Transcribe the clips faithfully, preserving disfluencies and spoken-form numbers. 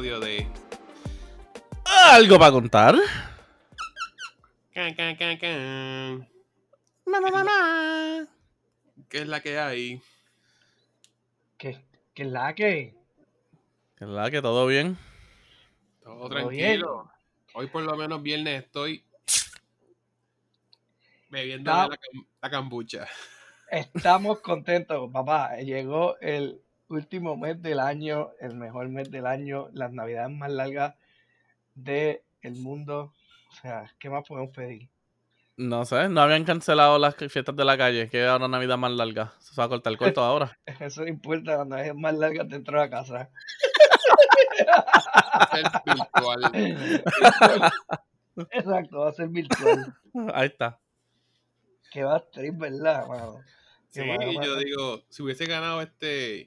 episodio de ¿Algo para contar? Can, can, can, can. Ma, ma, ma, ma. ¿Qué es la que hay? ¿Qué, qué es la que? ¿Qué es la que todo bien? Todo ¿Todo tranquilo. Hoy por lo menos viernes estoy bebiendo Está- la, cam- la cambucha. Estamos contentos, papá. Llegó el último mes del año, el mejor mes del año, las navidades más largas del mundo. O sea, ¿qué más podemos pedir? No sé, no habían cancelado las fiestas de la calle, que ahora Navidad más larga. Se va a cortar el corto ahora. Eso no importa, las navidades más largas dentro de la casa. Va a ser virtual. Exacto, va a ser virtual. Ahí está. Que va a estar, ¿verdad, mano? Sí, Que va- va- yo digo, si hubiese ganado este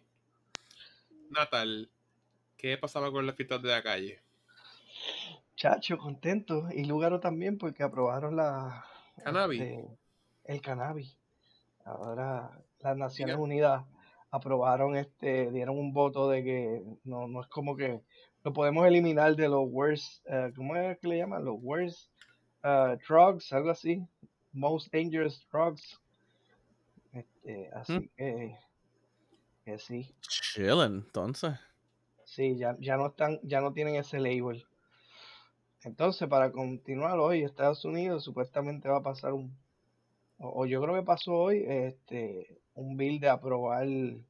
Natal, ¿qué pasaba con las fiestas de la calle? Chacho, contento. Y Lugaro también, porque aprobaron la, Cannabis. este, el cannabis. Ahora las Naciones Diga. Unidas aprobaron, este, dieron un voto de que no, no es como que lo podemos eliminar de los worst, eh, ¿cómo es que le llaman? Los worst eh, drugs, algo así. Most dangerous drugs. Este, así que, que sí, Chilling, entonces. sí, ya, ya no están, ya no tienen ese label. Entonces, para continuar hoy, Estados Unidos supuestamente va a pasar un, o, o yo creo que pasó hoy, este, un bill de aprobar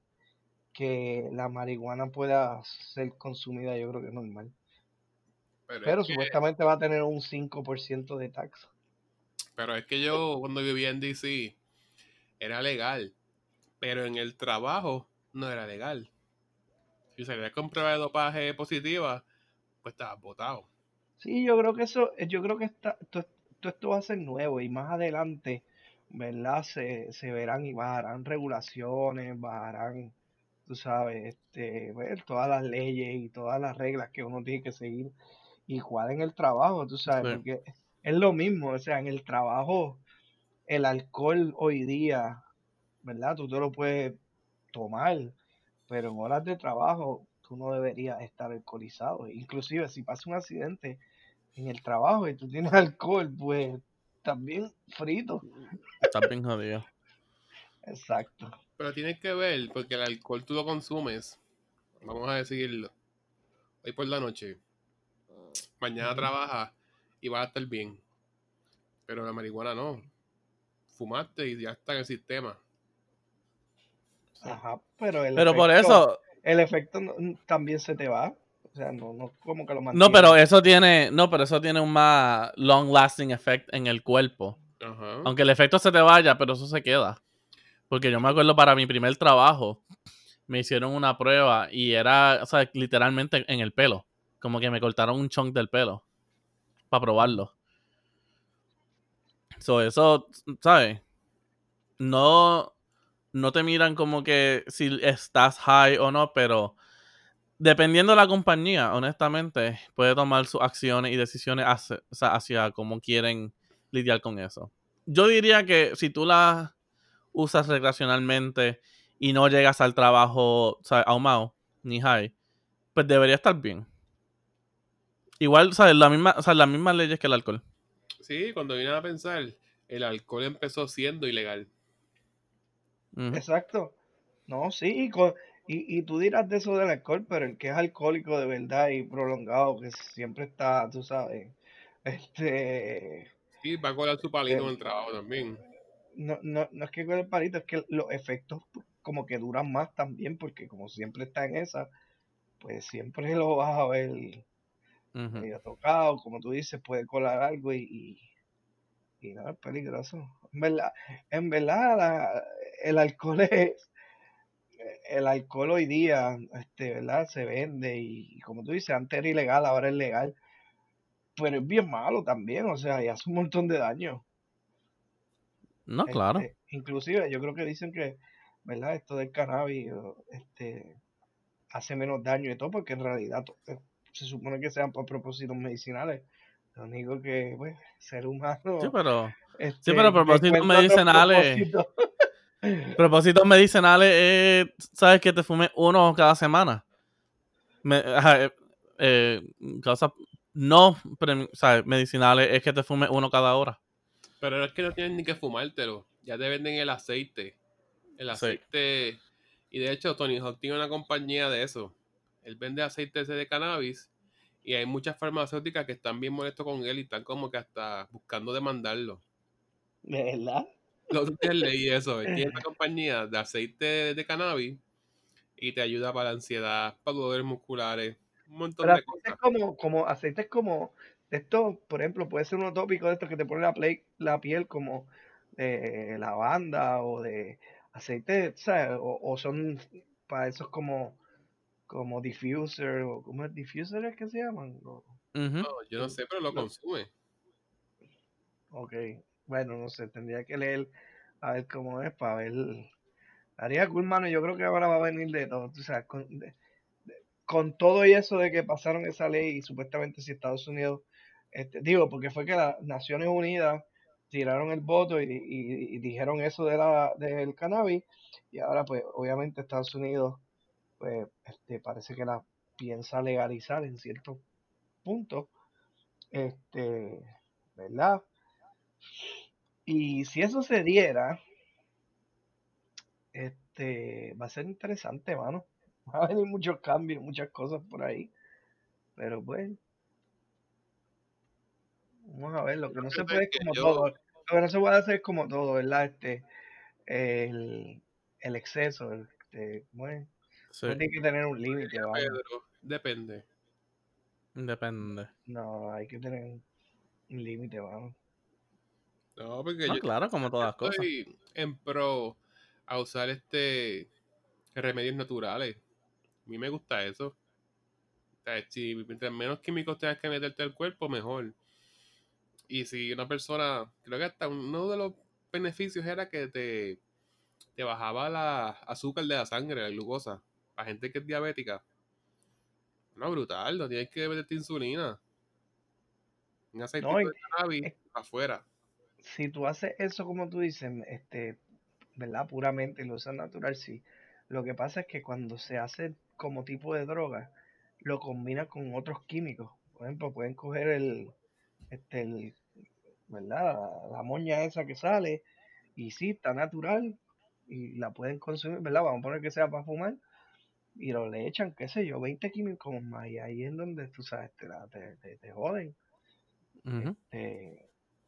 que la marihuana pueda ser consumida, yo creo que es normal. Pero, Pero es que, supuestamente va a tener un cinco por ciento de tax. pero es que yo cuando vivía en D C era legal, pero en el trabajo no era legal. Si salías con prueba de dopaje positiva, pues estabas botado. Sí, yo creo que eso, eh, yo creo que está, todo, todo esto va a ser nuevo y más adelante, ¿verdad? Se, se verán y bajarán regulaciones, bajarán, tú sabes, este, ver todas las leyes y todas las reglas que uno tiene que seguir igual en el trabajo, tú sabes, Sí. porque es lo mismo, o sea, en el trabajo, el alcohol hoy día, ¿verdad? Tú te lo puedes tomar, pero en horas de trabajo tú no deberías estar alcoholizado. Inclusive si pasa un accidente en el trabajo y tú tienes alcohol, pues también frito. Estás bien jodido. Exacto. Pero tienes que ver, porque el alcohol tú lo consumes, vamos a decirlo, hoy por la noche, mañana Ujú. trabajas y vas a estar bien. Pero la marihuana no. Fumaste y ya está en el sistema. Sí. Ajá, pero el Pero por efecto, eso, el efecto no- también se te va. O sea, no, no como que lo no, mantiene. pero eso tiene, no, pero eso tiene un más long lasting effect en el cuerpo. Ajá. Aunque el efecto se te vaya, pero eso se queda. Porque yo me acuerdo para mi primer trabajo, me hicieron una prueba y era, o sea, literalmente en el pelo. Como que me cortaron un chunk del pelo para probarlo. So, eso, ¿sabes? No, no te miran como que si estás high o no, pero dependiendo de la compañía, honestamente, puede tomar sus acciones y decisiones hacia, o sea, hacia cómo quieren lidiar con eso. Yo diría que si tú las usas recreacionalmente y no llegas al trabajo, ¿sabes? Ahumado, ni high, pues debería estar bien. Igual, ¿sabes? La misma, o sea, las mismas leyes que el alcohol. Sí, cuando vine a pensar, el alcohol empezó siendo ilegal. Ujú. Exacto. No, sí, y, co- y, y tú dirás de eso del alcohol, pero el que es alcohólico de verdad y prolongado, que siempre está, tú sabes, este, Sí, va a colar su palito eh, en el trabajo también. no, no, no es que con el palito, es que los efectos pues, como que duran más también, porque como siempre está en esa, pues siempre lo vas a ver Ujú. medio tocado, como tú dices, puede colar algo y, y, y no, es peligroso. En verdad, en verdad la- el alcohol es, el alcohol hoy día, este, ¿verdad? Se vende y, y como tú dices, antes era ilegal, ahora es legal, pero es bien malo también, o sea, y hace un montón de daño. No, claro. Este, inclusive yo creo que dicen que, ¿verdad? Esto del cannabis, o, este, hace menos daño y todo, porque en realidad to- eh, se supone que sean por propósitos medicinales. Lo único que, pues, ser Sí, humano, pero, sí, este, pero le propósitos encuentra otros medicinales, propósitos. propósitos medicinales es, ¿sabes? Que te fumes uno cada semana. Me- ajá, eh, eh, cosas no premi- o sea, medicinales es que te fumes uno cada hora. Pero es que no tienes ni que fumártelo. Ya te venden el aceite. El Sí. aceite. Y de hecho, Tony Hawk tiene una compañía de eso. Él vende aceite ese de cannabis. Y hay muchas farmacéuticas que están bien molestos con él y están como que hasta buscando demandarlo. ¿De verdad? Los otros días leí eso. Él tiene una compañía de aceite de, de cannabis y te ayuda para la ansiedad, para dolores musculares, un montón Pero de aceites cosas. como, como, aceites como, de esto, por ejemplo, puede ser uno tópico de estos que te pone la, play, la piel como de lavanda o de aceite, ¿sabes? O, o son para esos como, como diffuser, o ¿cómo es diffuser es que se llaman? O- Ujú. No, yo no sé, pero lo lo- consume. ok, bueno, no sé, tendría que leer a ver cómo es para ver. Haría cool, mano, yo creo que ahora va a venir de todo, o sea, con, de- con todo y eso de que pasaron esa ley y supuestamente si Estados Unidos, este, digo, porque fue que las Naciones Unidas tiraron el voto y, y- y dijeron eso de la, del cannabis y ahora pues obviamente Estados Unidos pues este, parece que la piensa legalizar en ciertos puntos, este, ¿verdad? Y si eso se diera, este, va a ser interesante, mano. Va a venir muchos cambios, muchas cosas por ahí, pero pues vamos a ver, lo que no Yo se sé puede es que como yo, todo. Lo que no se puede hacer es como todo, ¿verdad? Este, el, el exceso, el, este, ¿cómo es? Sí, Uno tiene que tener un límite, diría vamos. Pedro, depende. depende. No, hay que tener un límite, vamos. No, porque No, yo, claro, como yo todas las cosas. estoy en pro a usar este remedios naturales. A mí me gusta eso. O sea, si mientras menos químicos tengas que meterte al cuerpo, mejor. Y si una persona, creo que hasta uno de los beneficios era que te, te bajaba la azúcar de la sangre, la glucosa. Para gente que es diabética. No, brutal, no tienes que meterte insulina. Un No, aceitito y, de cannabis eh, afuera. si tú haces eso como tú dices, este, ¿verdad? Puramente, lo usas natural, sí. Lo que pasa es que cuando se hace como tipo de droga, lo combinan con otros químicos. Por ejemplo, pueden coger el, este, el, ¿verdad? La, la moña esa que sale y sí, está natural y la pueden consumir, ¿verdad? Vamos a poner que sea para fumar y lo le echan, qué sé yo, veinte químicos más y ahí es donde, tú sabes, te, la- te, te- te joden. Ujú. Este,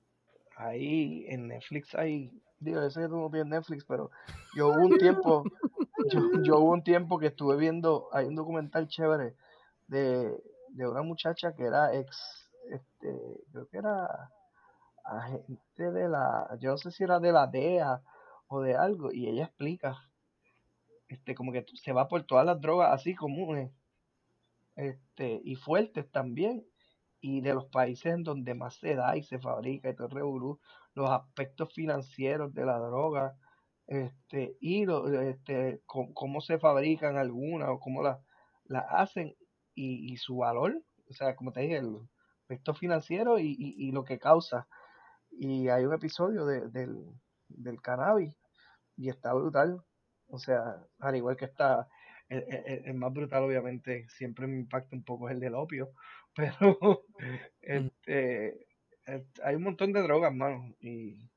ahí en Netflix hay, digo, yo sé que tú no tienes Netflix, pero yo hubo un tiempo, yo, yo hubo un tiempo que estuve viendo, hay un documental chévere de, de una muchacha que era ex, este, creo que era agente de la, yo no sé si era de la D E A o de algo, y ella explica, este, como que se va por todas las drogas así comunes, este, y fuertes también, y de los países en donde más se da y se fabrica y todo el revolú, los aspectos financieros de la droga, este, y lo, este, cómo, cómo se fabrican algunas o cómo las la hacen y, y su valor, o sea, como te dije, el aspecto financiero y, y, y lo que causa. Y hay un episodio de, del, del cannabis y está brutal. O sea, al igual que está, el, el- el más brutal obviamente siempre me impacta un poco es el del opio, pero Mm. este, et- hay un montón de drogas, mano, y,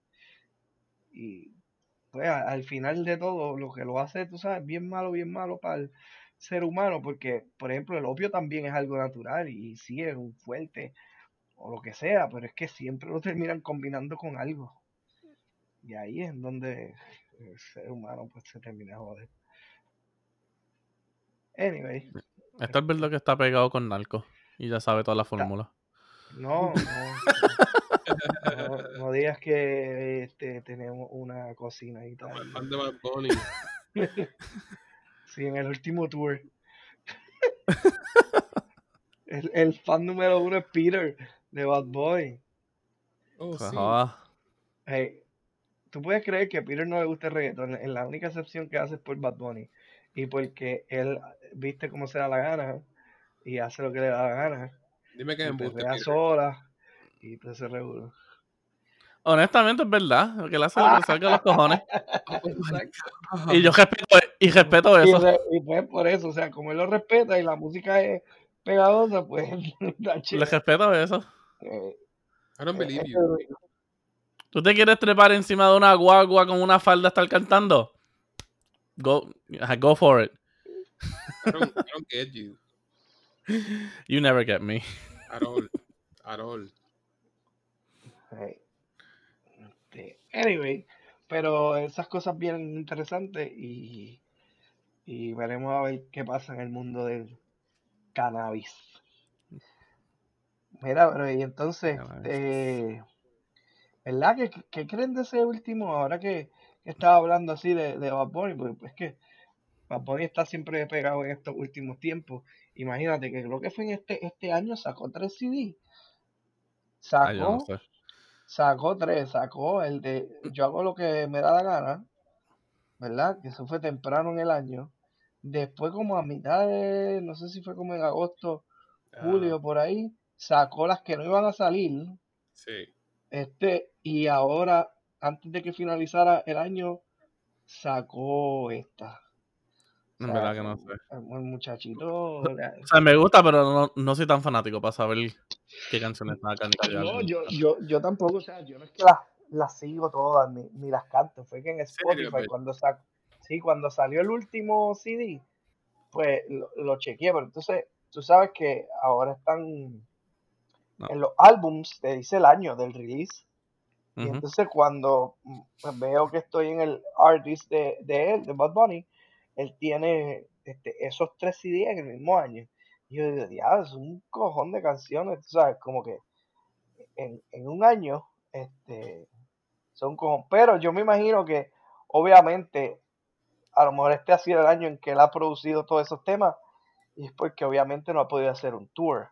y pues a- al final de todo lo que lo hace, tú sabes, bien malo, bien malo para el ser humano, porque por ejemplo el opio también es algo natural y sí es un fuerte o lo que sea, pero es que siempre lo terminan combinando con algo. Y ahí es donde el ser humano pues se termina de joder. Anyway, Esto es este, verdad que está pegado con narco y ya sabe toda la ta- fórmula. no, no, no, no, no digas que este, tenemos una cocina y Como tal. el fan de Bad Bunny. Sí, en el último tour, el, el fan número uno es Peter de Bad Boy. Oh, Se sí. joda. Hey, tú puedes creer que a Peter no le gusta el reggaetón, en la única excepción que hace es por Bad Bunny y porque él viste cómo se da la gana y hace lo que le da la gana Dime que es y embuste, perrea Peter. sola y todo ese revuelo. Honestamente es verdad, porque él hace lo que le salga a los cojones. Oh my Exacto. Y yo God. respeto, y respeto Y, eso. re- y pues por eso, o sea, como él lo respeta y la música es pegajosa, pues está Le chévere. respeto eso. Eh, I don't eh, believe eh, you. ¿Tú te quieres trepar encima de una guagua con una falda a estar cantando? Go, go for it. I don't, I don't get you. You never get me. At all. At all. eh, este, anyway, pero esas cosas vienen interesantes y, y veremos a ver qué pasa en el mundo del cannabis. Mira, pero y entonces, eh, ¿verdad? ¿Qué, qué creen de ese último? Ahora que, que estaba hablando así de, de Bad Bunny, pues es que Bad Bunny está siempre pegado en estos últimos tiempos. Imagínate que creo que fue en este, este año sacó tres C D. Ay, yo no Sacó, sé. sacó tres, sacó el de Yo hago lo que me da la gana, ¿verdad? Que eso fue temprano en el año. Después como a mitad de, no sé si fue como en agosto, Ah, julio, por ahí, sacó las que no iban a salir. sí. Este, y ahora, antes de que finalizara el año, sacó esta. O En sea, verdad que no sé. el, el muchachito. O sea, me gusta, pero no, no soy tan fanático para saber qué canciones sacan ni qué No, álbum yo, sacan. yo, yo tampoco, o sea, yo no es que las, las sigo todas ni, ni las canto. Fue que en ¿Serio, Spotify, Albert? cuando sa- sí, cuando salió el último C D, pues lo, lo chequeé, pero entonces tú sabes que ahora están No. en los álbums, te dice el año del release. Y Ujú. entonces cuando mm, pues, veo que estoy en el artist de, de él, de Bad Bunny, él tiene este, esos tres C D en el mismo año. Y yo digo, diablo, es un cojón de canciones, tú sabes, como que en, en un año, este, son cojón. Pero yo me imagino que, obviamente, a lo mejor este ha sido el año en que él ha producido todos esos temas, y es porque obviamente no ha podido hacer un tour,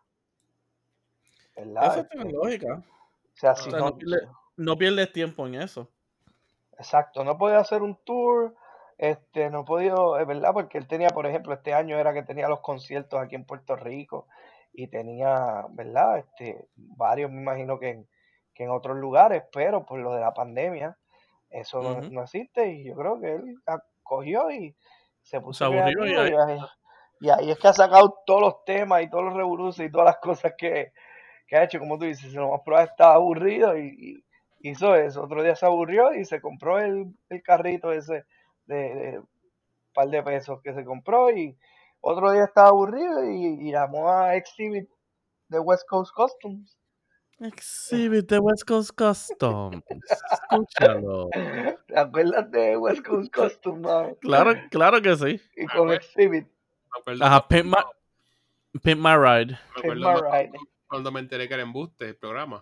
¿verdad? Eso tiene Este, lógica. o sea, Ah, si O sea, no no, pierdes, no pierdes tiempo en eso. exacto, no podía hacer un tour, este, no podía, es verdad, porque él tenía, por ejemplo, este año era que tenía los conciertos aquí en Puerto Rico y tenía, ¿verdad? Este, varios, me imagino que en, que en otros lugares, pero por lo de la pandemia, eso no, Ujú. no existe y yo creo que él cogió y se Se puso aburrió y creativo ahí. y ahí, y ahí es que ha sacado todos los temas y todos los revoluces y todas las cosas que, que ha hecho, como tú dices, lo más probable estaba aburrido y, y hizo eso. Otro día se aburrió y se compró el, el carrito ese de, de par de pesos que se compró y otro día estaba aburrido y, y llamó a Exhibit de West Coast Customs. Exhibit the West Coast Customs. Escúchalo. ¿Te acuerdas de West Coast Customs, mano? Claro, claro que sí. Y me con acuerdo, Exhibit, me acuerdo Ajá, más Pimp My, cuando, Pimp My Ride. me Pin acuerdo My más Ride. cuando me enteré que era embuste el programa.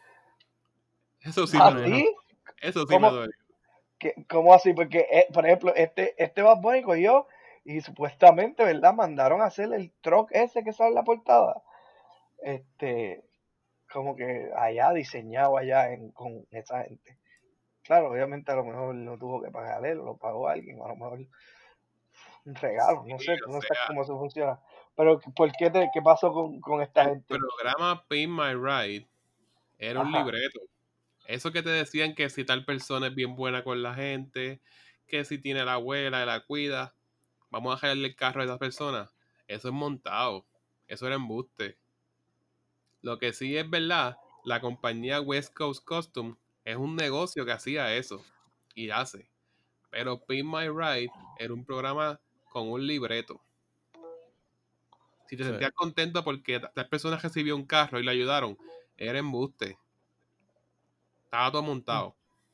Eso sí me Ah, duele. mija. ¿Así? Eso sí me ¿Cómo, duele. que, ¿Cómo así? Porque, eh, por ejemplo, este, este Bad Bunny cogió y supuestamente, ¿verdad? Mandaron a hacer el truck ese que sale en la portada. Este, como que allá diseñado allá en, con esa gente. Claro, obviamente a lo mejor no tuvo que pagar él, lo pagó alguien, a lo mejor un regalo, no Sí, sé, tú o no sabes sea, cómo eso funciona. Pero, ¿por qué, te, qué pasó con, con esta el gente? programa Pay My Ride era un Ajá. libreto. Eso que te decían que si tal persona es bien buena con la gente, que si tiene la abuela y la cuida, vamos a dejarle el carro a esa persona. Eso es montado. Eso era embuste. Lo que sí es verdad, la compañía West Coast Custom es un negocio que hacía eso y hace. Pero Pay My Ride era un programa con un libreto. Si te Sí. sentías contento porque tal persona recibió un carro y le ayudaron, era embuste. Estaba todo montado.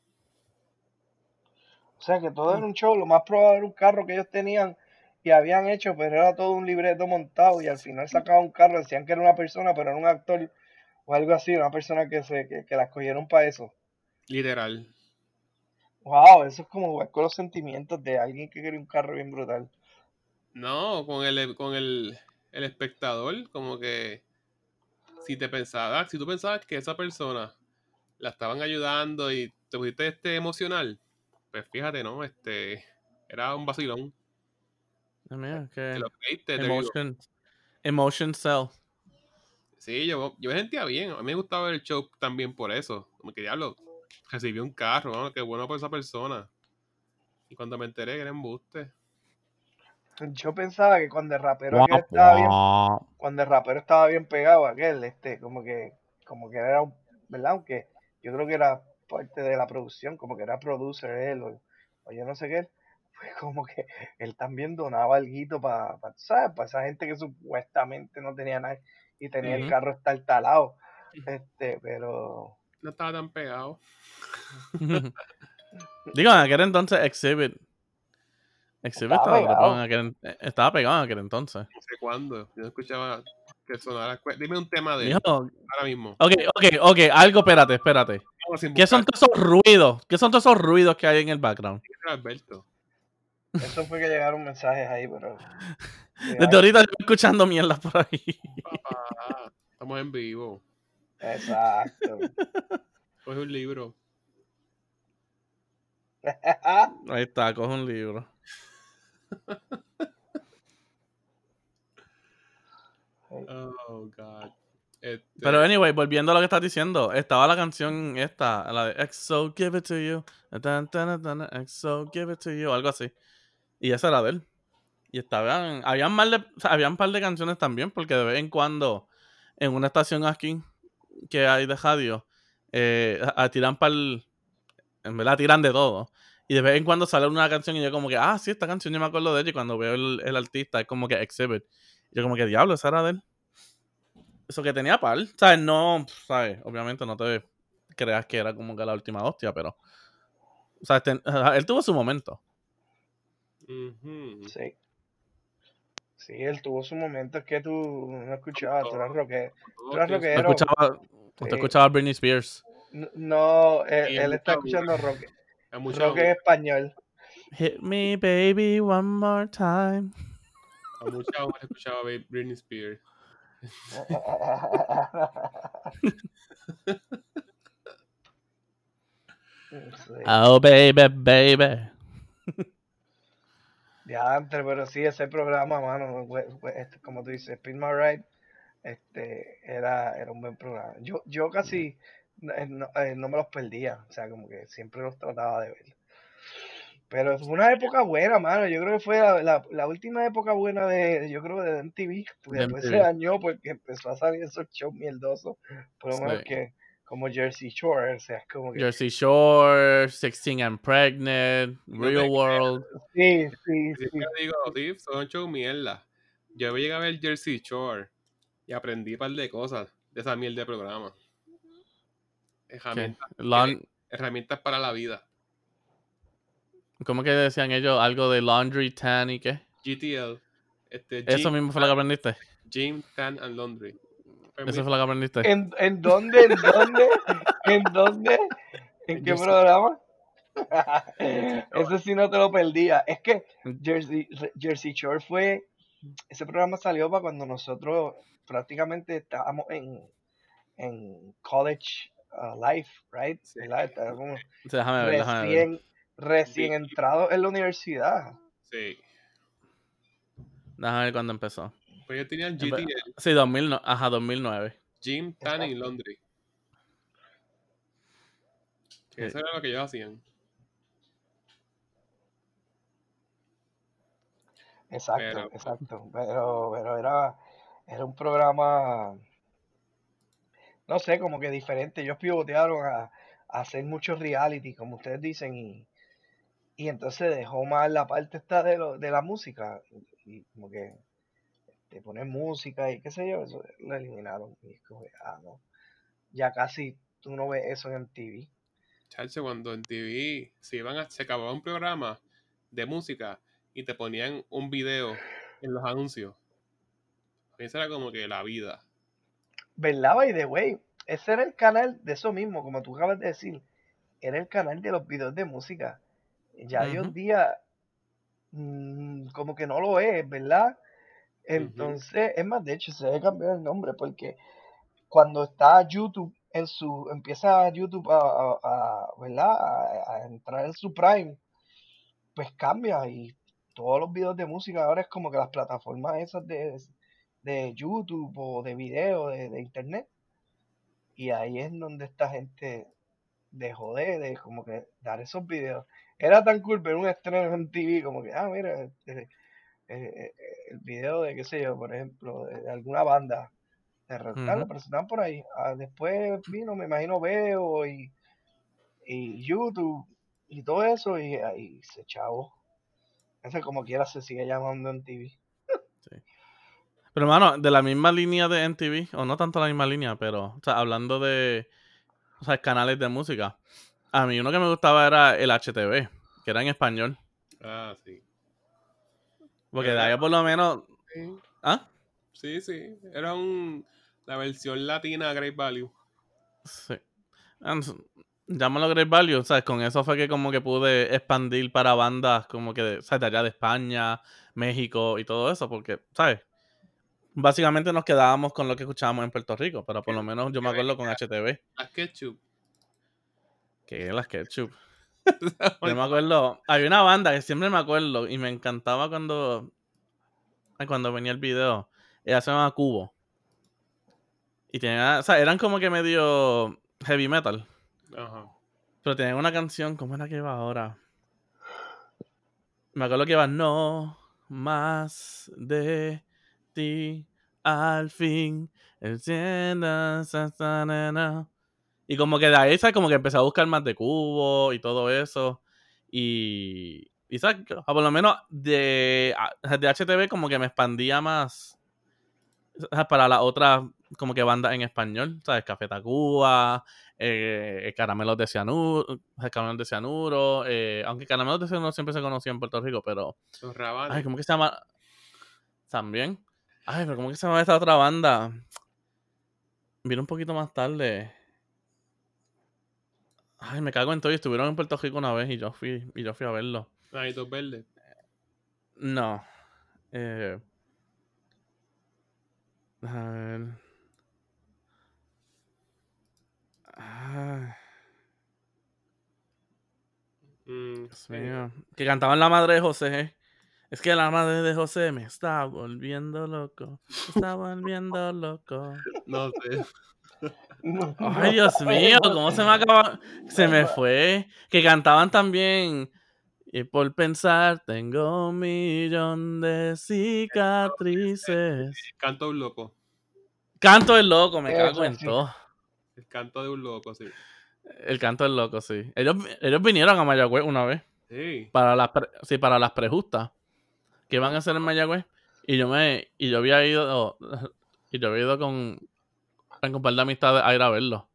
O sea que todo Mm. era un show, lo más probable era un carro que ellos tenían y habían hecho, pero era todo un libreto montado y al final sacaban un carro, decían que era una persona, pero era un actor o algo así, una persona que se que, que la escogieron para eso. Literal. Wow, eso es como jugar con los sentimientos de alguien que quería un carro bien brutal. No, con el, con el, el espectador, como que si te pensabas, si tú pensabas que esa persona la estaban ayudando y te pusiste este emocional, pues fíjate, ¿no? Este era un vacilón. Ah, mira, Si que lo creíste, te digo. emotion, emotion sell. Sí, yo, yo me sentía bien. A mí me gustaba ver el show también por eso. Como que diablo, recibió un carro, ¿no? Qué bueno por esa persona. Y cuando me enteré que era embuste. Yo pensaba que cuando el rapero Guap, aquel estaba bien, guap. cuando el rapero estaba bien pegado aquel, este, como que, como que era un, ¿verdad? Aunque yo creo que era parte de la producción, como que era producer él, o, o yo no sé qué, pues como que él también donaba alguito para, pa, ¿sabes? Para esa gente que supuestamente no tenía nada y tenía el Ujú. carro estartalado, este, pero... No estaba tan pegado. Digo, en aquel entonces Exhibit. Exhibit Estaba estaba trepado en pegado. aquel, eh, estaba pegado en aquel entonces. No sé cuándo. Yo no escuchaba que sonara. cu- Dime un tema de Mijo, él. Ahora mismo. ok, ok, ok, algo, espérate, espérate. Vamos sin ¿Qué buscar. son todos esos ruidos? ¿Qué son todos esos ruidos que hay en el background? Tiene que ser Alberto. Eso fue que llegaron mensajes ahí, pero... sí, Desde ay, ahorita estoy escuchando mierda por ahí. Papá, estamos en vivo. exacto. Coge un libro. Ahí está, coge un libro. Oh, God. Este, Pero anyway, volviendo a lo que estás diciendo, estaba la canción esta, la de X O Give It To You. Tan, tan, tan, X O Give It To You, algo así. Y esa era de él. Y estaban, habían, más de, o sea, habían un par de canciones también, porque de vez en cuando, en una estación aquí que hay de radio, eh, a, a tiran par, en verdad tiran de todo. Y de vez en cuando sale una canción y yo como que, ah, sí, esta canción yo me acuerdo de ella. Y cuando veo el, el artista es como que Exhibit. Y yo como que, diablo, esa era de él. Eso que tenía par, ¿sabes? No, ¿sabes? Obviamente no te creas que era como que la última hostia, pero, o sea, este- él tuvo su momento. ujú. Sí, sí, él tuvo su momento, es que tú no escuchabas, tú eras rockero, tú Todos eras tienen su- Usted rockero, escuchaba, usted sí. escuchaba a Britney Spears. N- No, él, Y hay él está mucha aguda. escuchando rock, Hay mucha rock en aguda. español. Hit me, baby, one more time. A mucha aguda escuchaba Bri- Britney Spears. Sí. Oh, baby, baby. Ya antes, pero sí, ese programa, mano, fue- fue- este, como tú dices, Spin My Ride, este, era, era un buen programa. Yo, yo casi eh, no, eh, no me los perdía, o sea, como que siempre los trataba de ver. Pero fue una época buena, mano. Yo creo que fue la, la, la última época buena de, yo creo, de M T V. Porque De después se M T V. dañó porque empezó a salir esos shows mierdosos. Por lo menos Sí. que, como Jersey Shore, o sea, es como que, Jersey Shore, sixteen and Pregnant, No te Real World. sí, sí, siempre sí. digo, sí, son show mierda. Yo llegué a ver Jersey Shore y aprendí un par de cosas de esa mierda de programa. ¿Qué? Herramientas, que- Laun- herramientas para la vida. ¿Cómo que decían ellos? Algo de Laundry, Tan y qué. G T L. Este, Eso Gym, mismo fue lo que aprendiste. Gym, Tan and Laundry. Fue muy Eso fue lo que aprendiste. ¿En, en dónde? ¿En dónde? ¿En dónde? ¿En qué Jersey, programa? Jersey Shore. Ese sí no te lo perdía. Es que Jersey, Jersey Shore fue, ese programa salió para cuando nosotros prácticamente estábamos en, en college uh, life, right? Sí, ¿Verdad? Estábamos Sí, déjame ver, déjame ver. recién, recién Big- entrados en la universidad. sí. Déjame ver cuándo empezó. Pues yo tenía el Empe- G T L, Sí, dos mil, no- ajá, dos mil nueve. Gym, Tan y Exacto. Laundry. Que Sí. eso era lo que ellos hacían. Exacto, Pero, exacto. Pero, pero era, era un programa, no sé, como que diferente. Ellos pivotearon a, a hacer muchos reality, como ustedes dicen, y, y entonces dejó más la parte esta de, lo, de la música. Y como que te ponen música y qué sé yo, eso lo eliminaron. Y es como que, ah, no. Ya casi tú no ves eso en M T V. chacho, cuando en T V se iban a, se acababa un programa de música y te ponían un video en los anuncios. Eso era como que la vida. ¿Verdad, by the way? Ese era el canal de eso mismo, como tú acabas de decir. Era el canal de los videos de música. Ya hoy en Ujú. día mm, como que no lo es, ¿verdad? Ujú. Entonces, es más, de hecho, se debe cambiar el nombre porque cuando está YouTube en su, empieza YouTube a, a- a, ¿verdad? A, a entrar en su prime, pues cambia y todos los videos de música ahora es como que las plataformas esas de, de YouTube o de video, de, de internet, y ahí es donde esta gente dejó de, de como que dar esos videos. Era tan cool ver un estreno en T V como que, ah, mira, este, eh, el video de, qué sé yo, por ejemplo, de, de alguna banda de rock, tal, lo Ujú. presentaban por ahí. Ah, después vino, me imagino, Veo y, y YouTube y todo eso, y ahí se chavo. Ese como quiera se sigue llamando en T V. Sí. Pero, mano, de la misma línea de M T V, o no tanto la misma línea, pero, o sea, hablando de, o sea, canales de música, a mí uno que me gustaba era el H T V, que era en español. Ah, sí. Porque de Era, ahí por lo menos... sí, ¿Ah? sí, sí. Era un, la versión latina de Great Value. Sí. And- Llámalo Great Value, ¿sabes? Con eso fue que como que pude expandir para bandas como que de, ¿sabes? De allá de España, México y todo eso, porque, ¿sabes? Básicamente nos quedábamos con lo que escuchábamos en Puerto Rico, pero por Que, lo menos yo que me acuerdo con venía H T V, las Ketchup. que las Ketchup. Yo me acuerdo, había una banda que siempre me acuerdo y me encantaba cuando, ay, cuando venía el video. Ella se llama Cubo. Y tenía, o sea, eran como que medio heavy metal. Ajá. Pero tenían una canción, ¿cómo era que iba ahora? Me acuerdo que iba No más de ti al fin. Encienda esa nena. Y como que de ahí, ¿sabes? Como que empecé a buscar más de Cubo y todo eso. Y, y ¿sabes? O por lo menos de, de H T V como que me expandía más, ¿sabes? Para las otras como que bandas en español, ¿sabes? Café Tacuba, eh, Caramelos de Cianuro, Caramelos de Cianuro, eh, aunque Caramelos de Cianuro siempre se conocía en Puerto Rico, pero, Los ay, Rabanes. ¿cómo que se llama? También. Ay, pero ¿cómo que se llama esta otra banda? Vino un poquito más tarde. Ay, me cago en todo. Y estuvieron en Puerto Rico una vez y yo fui, y yo fui a verlo. Nanitos Verdes. No. Eh, a ver. Ay, Mm, Dios sí. mío. Que cantaban la madre de José. Es que la madre de José me está volviendo loco. Me está volviendo loco. No sé. No, Ay, no Dios mío, sabemos. ¿cómo se me acaba? Se No me sa- fue. Que cantaban también. Y por pensar, tengo un millón de cicatrices. El canto de un loco. Canto del loco, me cago Eso en sí. todo. El canto de un loco, sí. El canto del loco, sí. Ellos, ellos vinieron a Mayagüez una vez. Sí. Para las, pre- sí, para las prejustas. Que iban a hacer en Mayagüez. Y yo me. Y yo había ido. Y yo había ido con. Con un par de amistades a ir a verlo.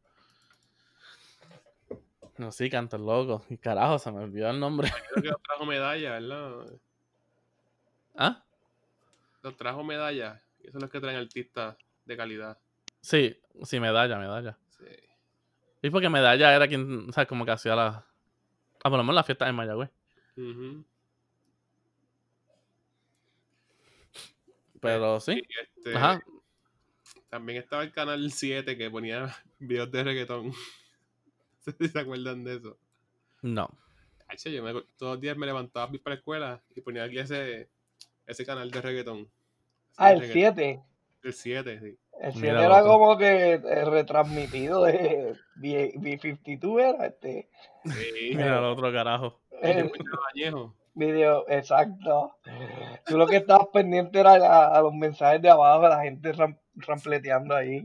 No, sí, canto el loco. Y carajo, se me olvidó el nombre. Creo que los trajo medalla, ¿verdad? ¿Ah? Los trajo medalla. Y esos son los que traen artistas de calidad. Sí, sí, medalla, medalla. Sí. Y porque medalla era quien, o sea, como que hacía la. Ah, por lo menos la fiesta en Mayagüez. Ujú. Pues, Pero sí, sí. este, Ajá. también estaba el canal siete que ponía videos de reggaetón. No sé si se acuerdan de eso. No. Hacho, yo me- todos los días me levantaba para ir para la escuela y ponía aquí ese, ese canal de reggaetón. Así Ah, de el reggaetón. siete. El siete, sí. El Mira siete el era otro. como que eh, retransmitido de B cincuenta y dos, era este. Sí. Mira el eh, otro carajo. El yo el Añejo. video, exacto. Tú lo que estabas pendiente era a, a los mensajes de abajo, la gente ram- rampleteando ahí.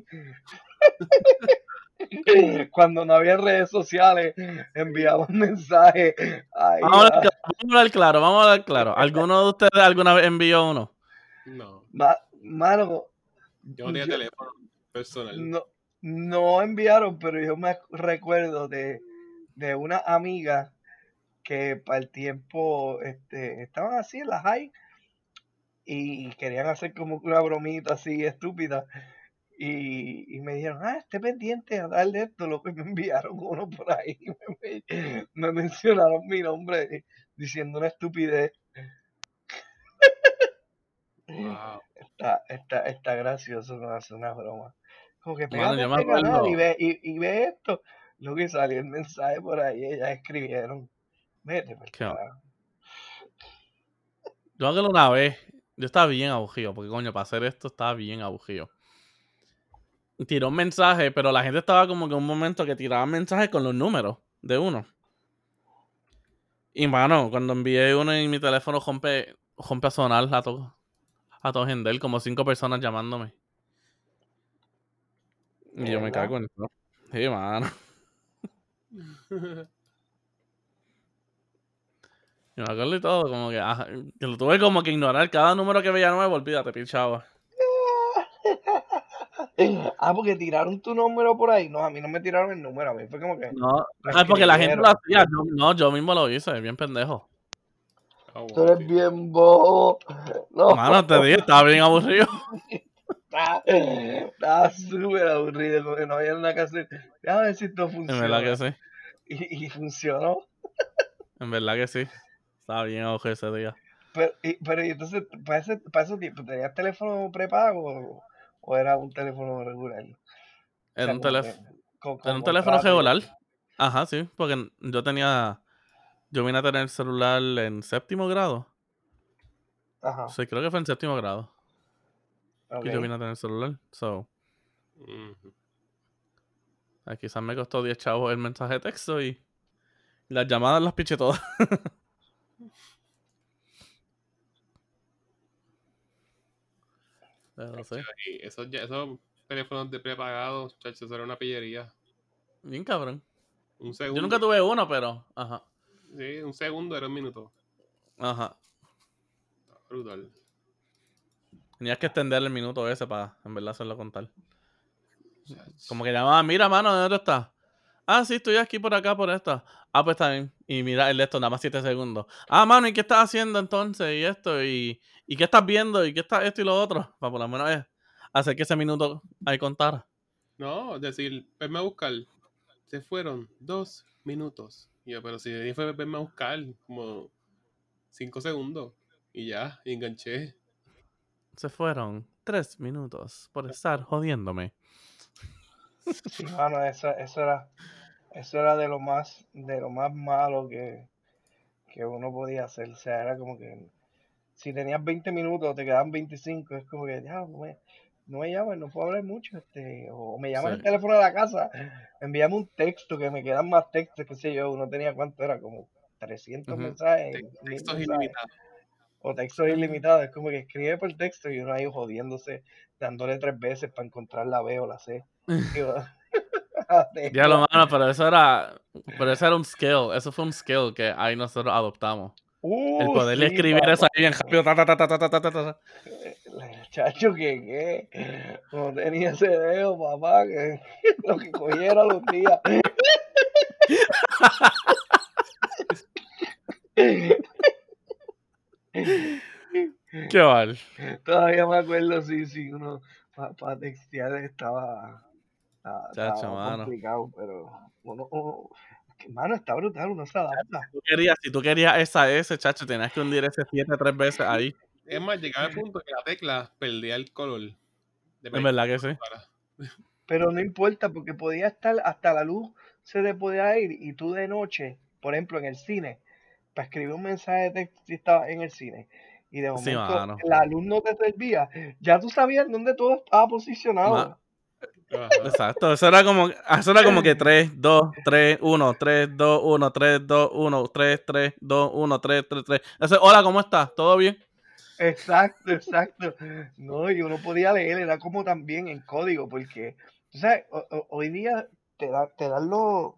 Cuando no había redes sociales, enviaban mensajes ahí. Vamos a hablar a- claro, vamos a hablar claro, vamos a hablar claro. ¿Alguno de ustedes alguna vez envió uno? No, ma- Mano, yo no tenía yo, teléfono personal. no, no enviaron, pero yo me recuerdo de, de una amiga que para el tiempo este, estaban así en la high y querían hacer como una bromita así estúpida. Y, y me dijeron, ah, esté pendiente a darle esto, lo que me enviaron uno por ahí. Me, me mencionaron mi nombre diciendo una estupidez. Wow. Está, está, está gracioso, no hace una broma. Como que Mano, pégate a yo me este canal y acuerdo. ve, y, y ve esto. Lo que salió el mensaje por ahí, ellas escribieron. Vete por Que, carajo. yo me acuerdo una vez. Yo estaba bien aburrido, porque coño, para hacer esto estaba bien aburrido. Tiró un mensaje, pero la gente estaba como que en un momento que tiraba mensajes con los números de uno. Y mano, cuando envié uno en mi teléfono rompe, rompe a sonar a todo, a todo Gendel, como cinco personas llamándome. Y yo me ¿Verdad? cago en eso. Sí, mano. Y me acuerdo y todo, como que, ajá, que lo tuve como que ignorar. Cada número que veía nuevo, olvídate, pichaba. Ah, porque tiraron tu número por ahí. No, a mí no me tiraron el número, a mí fue como que No, me ajá, porque la gente lo escribieron. hacía. Yo, no, yo mismo lo hice, bien pendejo. Ah, Tú wow, eres tío. bien bobo. No, Mano, te dije, estaba bien aburrido. está- estaba súper aburrido, como que no había nada que hacer. Déjame ver si esto En verdad que funciona. sí. Y, y funcionó. En verdad que sí. Estaba bien aburrido ese día. Pero, y, pero y entonces, para ese, para ese tiempo, ¿tenías teléfono prepago o, o era un teléfono regular? O Era sea, un como teléfono. que con, Era con un teléfono contrato y regular. eso. Ajá, sí. Porque yo tenía. Yo vine a tener el celular en séptimo grado. Ajá, Sí, creo que fue en séptimo grado que yo ok. vine a tener el celular. So, Ujú. ah, quizás me costó diez chavos el mensaje de texto y las llamadas las piché todas. Pero sí. Y esos, ya- esos teléfonos de prepagados, chacho, eso era una pillería. Bien cabrón. Un Yo segundo. nunca tuve uno, pero. Ajá. Sí, un segundo era un minuto. Ajá. Brutal. Tenías que extender el minuto ese para en verdad hacerlo contar. Chacho. Como que llamaba, mira, mano, ¿dónde estás? Ah, sí, estoy aquí por acá, por esta. Ah, pues está bien. Y mira el de esto, nada más siete segundos. Ah, mano, ¿y qué estás haciendo entonces? Y esto, y, y qué estás viendo, y qué está esto y lo otro. Para por lo menos eh, hacer que ese minuto ahí contara. No, decir, venme a buscar. Se fueron dos minutos. Y yo, pero si le dije venme a buscar, como cinco segundos. Y ya, y enganché. Se fueron tres minutos por estar jodiéndome. Sí, mano, eso, eso era, eso era de lo más, de lo más malo que, que uno podía hacer. O sea, era como que si tenías veinte minutos, te quedaban veinticinco, es como que ya, no me, no me llamas, no puedo hablar mucho, este, o me Sí. llamas el teléfono de la casa, envíame un texto, que me quedan más textos, qué sé yo, uno tenía cuánto era, como trescientos Ujú. mensajes, Te- mil Textos mensajes, ilimitados. o textos ilimitados, es como que escribe por texto y uno ahí jodiéndose, dándole tres veces para encontrar la B o la C. Digo, la Ya lo tecla. mano, pero eso era. Pero eso era un skill. Eso fue un skill que ahí nosotros adoptamos. El Uh, poderle sí, escribir eso papá. ahí bien rápido. Ta, ta, ta, ta, ta, ta, ta, ta, ta. Chacho, que qué, no tenía ese dedo, papá, que lo que cogiera los días. Qué mal. Todavía me acuerdo, sí, sí, uno para textear estaba, estaba, Chacho, estaba mano. complicado, pero uno, uno- que, mano, está brutal, uno se adapta. Tú querías, si tú querías esa S, chacho, tenías que hundir ese siete tres veces ahí. Es más, llegaba el punto que la tecla perdía el color. En Dependiendo verdad de que cómo sí. fuera. Pero no importa, porque podía estar hasta la luz, se te podía ir, y tú de noche, por ejemplo, en el cine, para escribir un mensaje de texto si estabas en el cine, y de Sí, momento mano. la luz no te servía, ya tú sabías dónde todo estaba Ma- posicionado. Ajá. Exacto. Eso era como, eso era como que tres, dos, tres, uno, tres, dos, uno, tres, dos, uno, tres, tres, dos, uno, tres, tres, tres. Eso, hola, ¿cómo estás? ¿Todo bien? Exacto, exacto. No, y uno podía leer, era como también en código, porque, tú sabes, ho- ho- hoy día te, da, te dan los,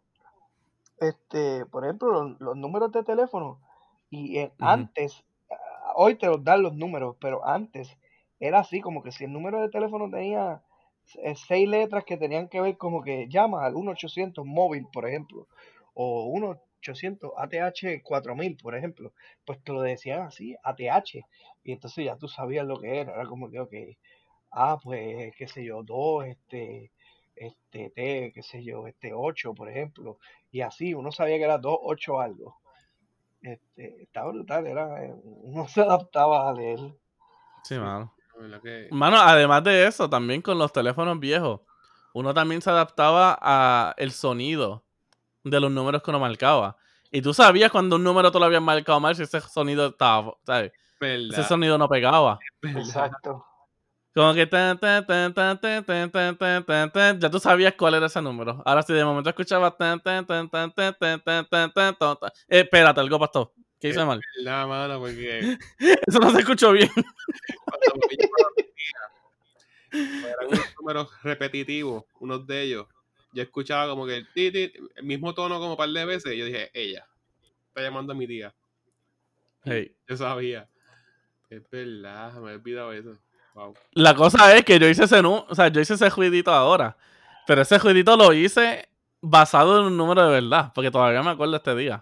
este, por ejemplo, los, los números de teléfono, y en- Ujú. antes, ah, hoy te los dan los números, pero antes era así, como que si el número de teléfono tenía eh, seis letras que tenían que ver como que llama al uno ochocientos móvil, por ejemplo, o uno ochocientos A T H cuatro mil, por ejemplo, pues te lo decían así, A T H, y entonces ya tú sabías lo que era, era como que, ok, ah, pues, qué sé yo, dos, este, este, T, qué sé yo, este, ocho, por ejemplo, y así, uno sabía que era dos, ocho algo. Este, estaba brutal, era, eh, uno se adaptaba a leer. Sí, Sí, mano. la verdad que Mano, además de eso, también con los teléfonos viejos, uno también se adaptaba a el sonido de los números que uno marcaba. Y tú sabías cuando un número tú lo habías marcado mal si ese sonido estaba, ¿sabes? Ese verdad, sonido no pegaba. verdad. Exacto. Como que tan, tan, tan, tan, tan, tan, tan, tan, tan, tan, ya tú sabías cuál era ese número. Ahora si de momento escuchabas tan, tan, tan, tan, tan, tan, tan, tan, tan, tan, tan, eh, espérate, algo pasó. ¿Qué hice mal? La mano, porque Eso no se escuchó bien. cuando me llamaba mi tía, pues eran unos números repetitivos, unos de ellos. Yo escuchaba como que el, ti, ti, el mismo tono como un par de veces. Y yo dije, ella está llamando a mi tía. Y Hey. yo sabía. Es verdad, me he olvidado eso. Wow. La cosa es que yo hice ese nu- o sea, yo hice ese jueguito ahora. Pero ese jueguito lo hice basado en un número de verdad. Porque todavía me acuerdo este día.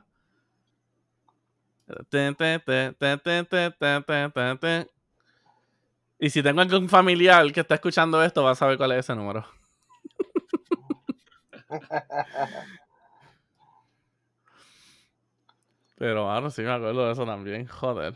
Ten, ten, ten, ten, ten, ten, ten, ten, ten, ten. Y si tengo algún familiar que está escuchando esto, va a saber cuál es ese número. Pero ahora sí me acuerdo de eso también. Joder.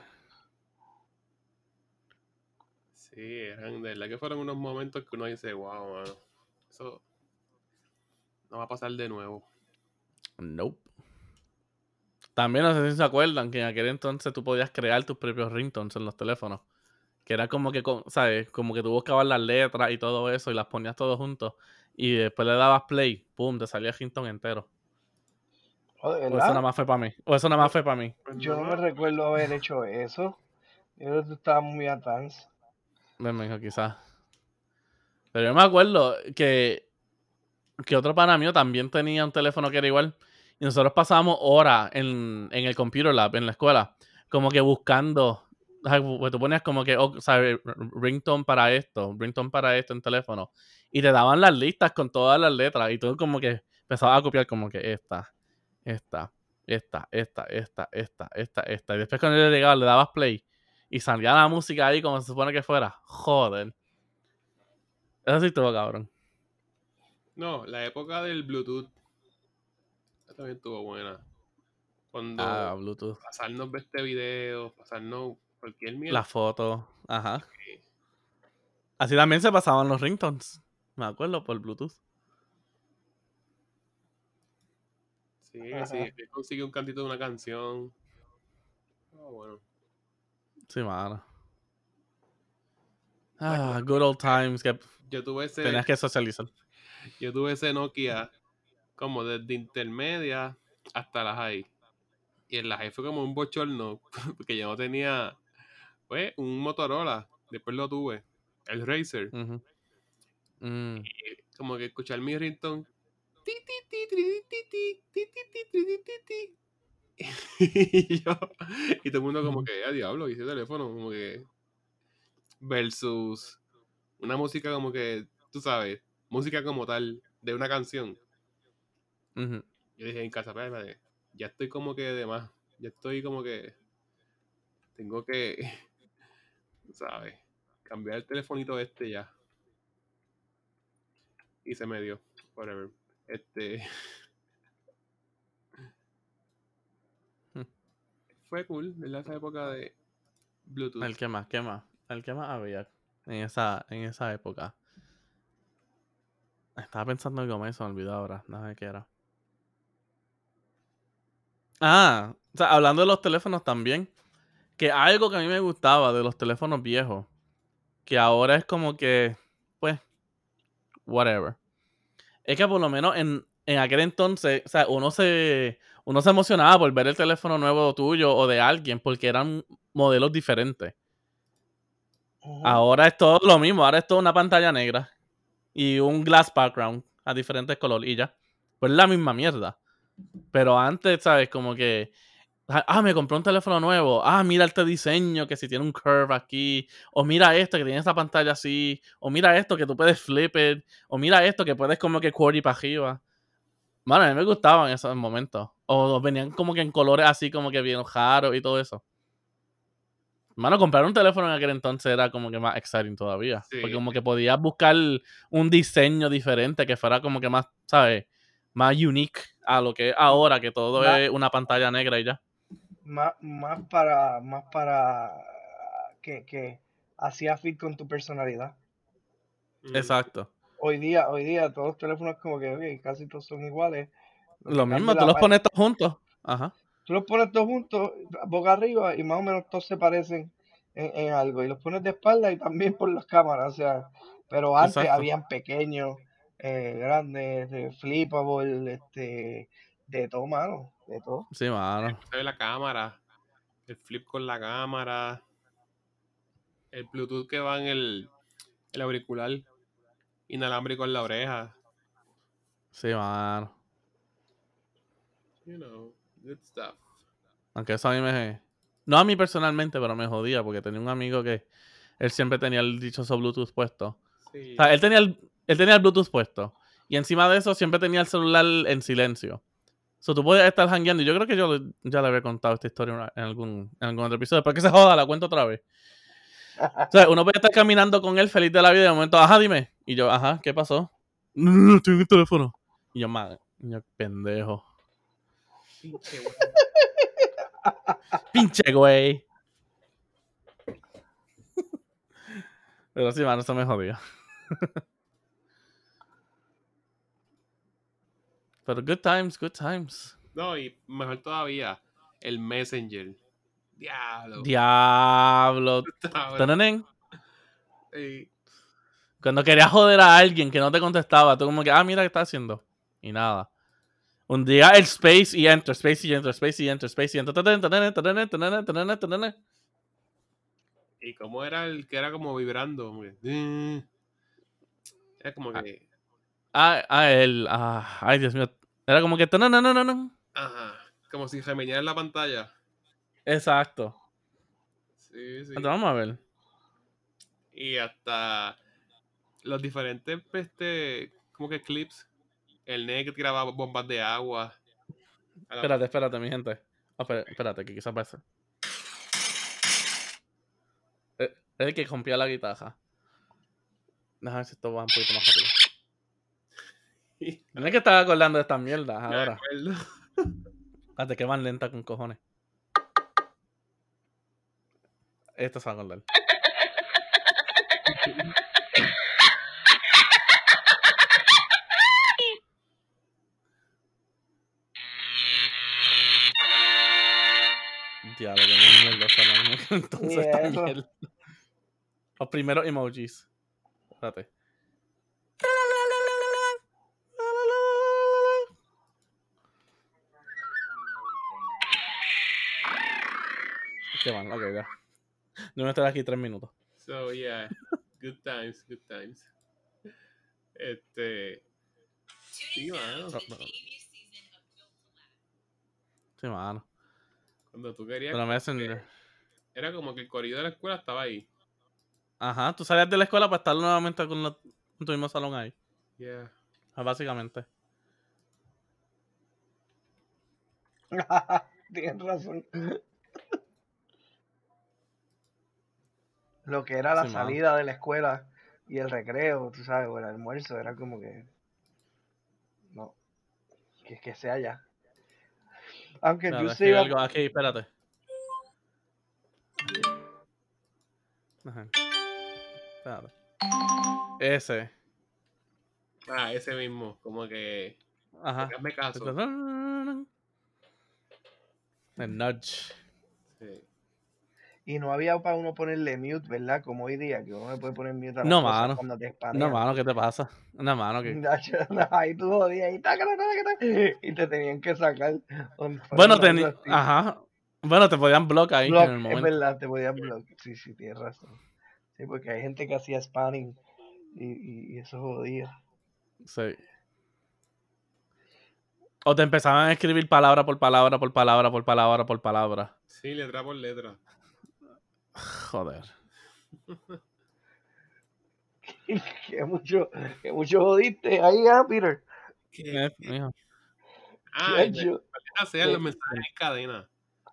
Sí, eran, de verdad que fueron unos momentos que uno dice, wow, mano. Eso no va a pasar de nuevo. Nope. También no sé si se acuerdan que en aquel entonces tú podías crear tus propios ringtones en los teléfonos. Que era como que, con- ¿sabes? Como que tú buscabas las letras y todo eso y las ponías todos juntos. Y después le dabas play, pum, te salía el ringtone entero. Oh, ¿de O eso nada verdad? más fue para mí. O eso nada más fue para mí. Pues Yo no no, me recuerdo haber hecho eso. Yo creo que tú estabas muy advanced. Ven, mijo, quizás. Pero yo me acuerdo que, que otro pana mío también tenía un teléfono que era igual. Y nosotros pasábamos horas en, en el computer lab, en la escuela, como que buscando. O sea, pues tú ponías como que, oh, ¿sabes? Ringtone para esto, ringtone para esto en teléfono. Y te daban las listas con todas las letras. Y tú como que empezabas a copiar como que esta, esta, esta, esta, esta, esta, esta, esta. Y después cuando le llegaba le dabas play. Y salía la música ahí como se supone que fuera. Joder. Eso sí estuvo cabrón. no, la época del Bluetooth esa también estuvo buena. Ah, Cuando Bluetooth. pasarnos este video, pasarnos cualquier La mierda. foto. Ajá. Sí, Así también se pasaban los ringtones. Me acuerdo por Bluetooth. sí, Ajá. sí, que consigue un cantito de una canción. Oh, bueno. Sí, mano. ¿Sabes? Ah, good old times que Yo tuve ese, tenías que socializar. yo tuve ese Nokia como desde intermedia hasta la high. Y en la high fue como un bochorno, porque yo no tenía, pues, un Motorola. Después lo tuve, el Razer. Ujú. Mm, Y como que escuchar mi ringtone. Ti, ti, ti, tri, ti, ti, ti, ti, ti, tri, ti, ti, ti. Y yo, y todo el mundo como que, a diablo, y ese teléfono, como que, versus una música como que, tú sabes, música como tal, de una canción. ujú. Yo dije en casa, espérate, espérate, ya estoy como que de más, ya estoy como que, tengo que, tú sabes, cambiar el telefonito este ya. Y se me dio, whatever. Este, Mm. fue cool, ¿verdad? Esa época de Bluetooth. El que más, ¿qué más? El que más había en esa, en esa época. Estaba pensando en algo más y se me olvidó ahora. No sé qué era. Ah, o sea, hablando de los teléfonos también. Que algo que a mí me gustaba de los teléfonos viejos. Que ahora es como que, pues, whatever. Es que por lo menos en, en aquel entonces, o sea, uno se, uno se emocionaba por ver el teléfono nuevo tuyo o de alguien porque eran modelos diferentes. Ujú. Ahora es todo lo mismo, ahora es toda una pantalla negra y un glass background a diferentes colores y ya. Pues es la misma mierda. Pero antes, ¿sabes? Como que, ah, me compré un teléfono nuevo. Ah, mira este diseño que si tiene un curve aquí. O mira esto que tiene esta pantalla así. O mira esto que tú puedes flip it. O mira esto que puedes como que query para arriba. Mano, a mí me gustaban esos momentos. O venían como que en colores así como que bien raros y todo eso. Mano, comprar un teléfono en aquel entonces era como que más exciting todavía. Sí, Porque como que podías buscar un diseño diferente que fuera como que más, ¿sabes? Más unique a lo que es ahora, que todo Más, es una pantalla negra y ya. más, más para, más para que, que hacía fit con tu personalidad. mm, Exacto. Hoy día, hoy día todos los teléfonos como que ok, casi todos son iguales. Lo Lo que cambia mismo, es tú la los pa- pones todos juntos. Ajá. Tú los pones todos juntos, boca arriba, y más o menos todos se parecen en, en algo. Y los pones de espalda y también por las cámaras. O sea, pero antes Exacto. habían pequeños, eh, grandes, de flipable, este, de todo, mano, de todo. Sí, mano. se ve la cámara. el flip con la cámara, el Bluetooth que va en el, el auricular, inalámbrico en la oreja. Sí, mano. You know, good stuff. Aunque eso a mí me... No a mí personalmente, pero me jodía porque tenía un amigo que él siempre tenía el dichoso Bluetooth puesto. Sí. O sea, él tenía el, él tenía el Bluetooth puesto. Y encima de eso siempre tenía el celular en silencio. O sea, tú puedes estar jangueando. Y yo creo que yo le- ya le había contado esta historia en algún, en algún otro episodio. Pero que se joda, la cuento otra vez. O sea, uno puede estar caminando con él feliz de la vida y de momento, ajá, dime. Y yo, ajá, ¿qué pasó? No, no, no, estoy en el teléfono. Y yo, madre, yo, pendejo. Pinche güey. Pinche güey. Pero sí, mano, eso me jodió. Pero good times, good times. No, y mejor todavía, el Messenger. Diablo. Diablo. Cabrón. Tananén. Sí. Cuando querías joder a alguien que no te contestaba, tú como que, ah, mira qué está haciendo. Y nada. Un día el space y enter, space y enter, space y enter, space y enter. Tananén, tananén, tananén, tananén, tananén, tananén. Y como era el que era como vibrando. Como que, era como que. Ah, ah, el. Ah, ay, Dios mío. Era como que. tananana. Ajá. Como si remeñara en la pantalla. Exacto. Sí, sí. Entonces, vamos a ver. Y hasta los diferentes, este, como que clips. El nene que tiraba bombas de agua. A la- Espérate, espérate, mi gente. Oh, espérate, espérate, que quizás pase. Es el que rompía la guitarra. Déjame ver si esto va un poquito más rápido. Tienes que estar acordando de estas mierdas Me ahora. acuerdo. Espérate, que van lenta con cojones. Esto se va a acordar. Diablo, que mierda man. Entonces Y esta eso. mierda. Los primeros emojis. Espérate. Qué mal, ok, ya. No me estar aquí tres minutos. So, yeah. Good times, good times. Este. Sí, mano. No, no. Sí, mano. Cuando tú querías. Pero como Messenger. que- Era como que el corrido de la escuela estaba ahí. Ajá, tú salías de la escuela para estar nuevamente con, la- con tu mismo salón ahí. Yeah. Ah, básicamente. Tienes razón. Lo que era la Sí, mano. salida de la escuela y el recreo, tú sabes, o el almuerzo, era como que. No, que, que sea ya. Aunque yo Espérate, se escribe iba. algo aquí, espérate. Ajá. Espérate. Ese. Ah, ese mismo. Como que. Ajá. Hazme caso. El nudge. Sí. Y no había para uno ponerle mute, ¿verdad? Como hoy día, que uno le puede poner mute a las No, cosas mano. cuando te No, spamean. mano, ¿qué te pasa? No, mano, que. Nacho, no, ahí tú jodías y, tácata, tácata, y te tenían que sacar. o Bueno, ponerlo algo teni... así. Ajá. Bueno, te podían bloquear ahí en Block, el es momento. verdad, te podían bloquear. Sí, sí, tienes razón. Sí, porque hay gente que hacía spamming y, y, y eso jodía. Sí. O te empezaban a escribir palabra por palabra, por palabra, por palabra, por palabra. Sí, letra por letra. Joder. que mucho, que mucho jodiste ahí, ah, Peter. ¿Qué? Eh, mijo. Ah, y me Chacho. hacían Eh, los mensajes en cadena.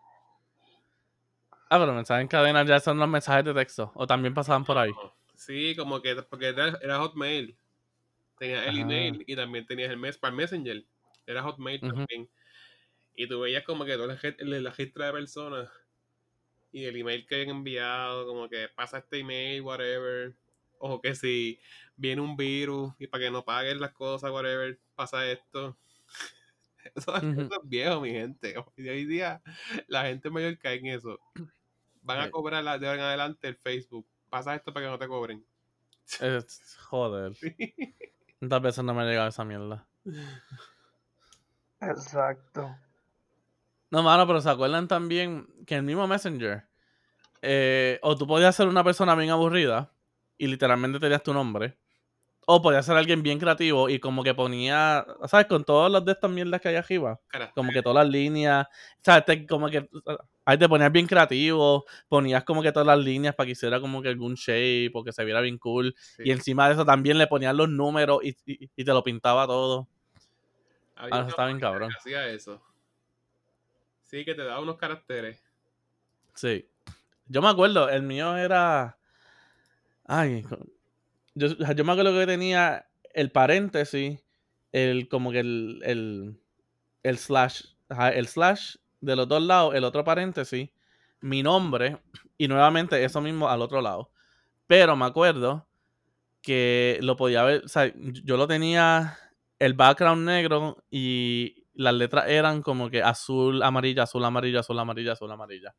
Ah, pero mensajes en cadena ya son los mensajes de texto. O también pasaban por ahí. Sí, como que porque era, era Hotmail. Tenías el Ajá. email y también tenías el mes para el Messenger. Era Hotmail Ujú. también. Y tú veías como que todo el, reg- el registro de personas y el email que habían enviado, como que pasa este email, whatever. O que si viene un virus y para que no paguen las cosas, whatever, pasa esto. Eso, Ujú. eso es viejo, mi gente. Hoy hoy día la gente mayor cae en eso. Van a Sí. cobrar la- de ahora en adelante el Facebook. Pasa esto para que no te cobren. Es- joder. ¿Cuántas veces no me ha llegado esa mierda? Exacto. No, mano, pero ¿se acuerdan también que el mismo Messenger, eh, o tú podías ser una persona bien aburrida y literalmente tenías tu nombre, o podías ser alguien bien creativo y como que ponía, ¿sabes? Con todas las de estas mierdas que hay arriba, como que todas las líneas, ¿sabes? Te- como que ahí te ponías bien creativo, ponías como que todas las líneas para que hiciera como que algún shape o que se viera bien cool, Sí. y encima de eso también le ponían los números y, y, y te lo pintaba todo. Había Ah, una eso estaba bien página cabrón. que hacía eso. Sí, que te daba unos caracteres. Sí. Yo me acuerdo, el mío era... Ay, yo, yo me acuerdo que tenía el paréntesis, el como que el, el, el slash, ajá, el slash de los dos lados, el otro paréntesis, mi nombre, y nuevamente eso mismo al otro lado. Pero me acuerdo que lo podía ver, o sea, yo lo tenía el background negro y las letras eran como que azul, amarilla, azul, amarilla, azul, amarilla, azul, amarilla.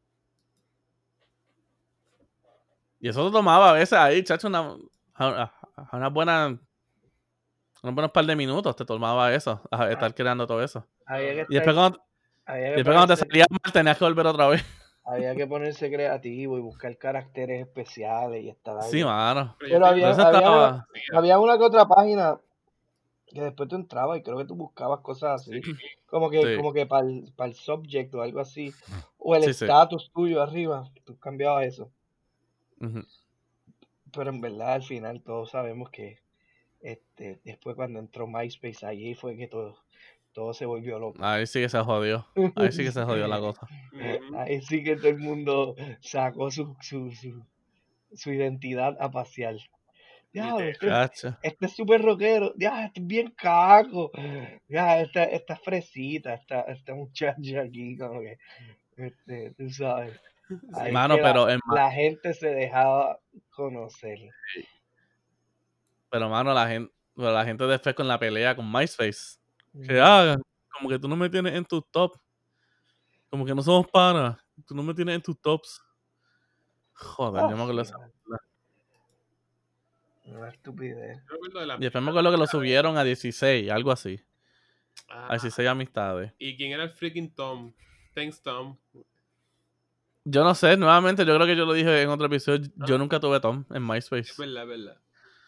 Y eso se tomaba a veces ahí, chacho, una, a- a- una buena, unos buenos par de minutos te tomaba eso, a Ah, estar creando todo eso. había que Y después estar, cuando, había y que después cuando te ponerse, salía mal tenías que volver otra vez. había que ponerse creativo y buscar caracteres especiales y estar Sí, ahí. mano. Pero yo Pero estoy Pero había, eso había una, estaba... hacía. había una que otra página que después tú entrabas y creo que tú buscabas cosas Sí. así, como que, Sí, como que para el, para el subject o algo así, o el sí, sí. estatus tuyo arriba, tú cambiabas eso. Ujú. Pero en verdad al final todos sabemos que este, después cuando entró MySpace allí fue que todo, todo se volvió loco. Ahí sí que se jodió. Ahí sí que se jodió la cosa. Ujú. Ahí sí que todo el mundo sacó su, su, su, su identidad a pasear. Diablo, este, Literal. Chacho. este es súper rockero. Ya, este es bien caco. Ya, esta, esta fresita, esta, esta muchacha aquí, como que, este, tú sabes. Ahí es Mano, que la, pero, en ma- la gente se dejaba conocer. pero mano, la gente, pero la gente después con la pelea con MySpace. Que Mm. hagan, como que tú no me tienes en tus top. Como que no somos panas. Tú no me tienes en tus tops. Joder, Ah, yo me acuerdo de sí, esa. man, una estupidez. Yo me acuerdo de la Y después me mierda. acuerdo que lo subieron a dieciséis, algo así. A Ah, dieciséis amistades. ¿y quién era el freaking Tom? Thanks, Tom. Yo no sé, nuevamente, yo creo que yo lo dije en otro episodio. Yo Ah, nunca tuve Tom en es MySpace. verdad, es verdad.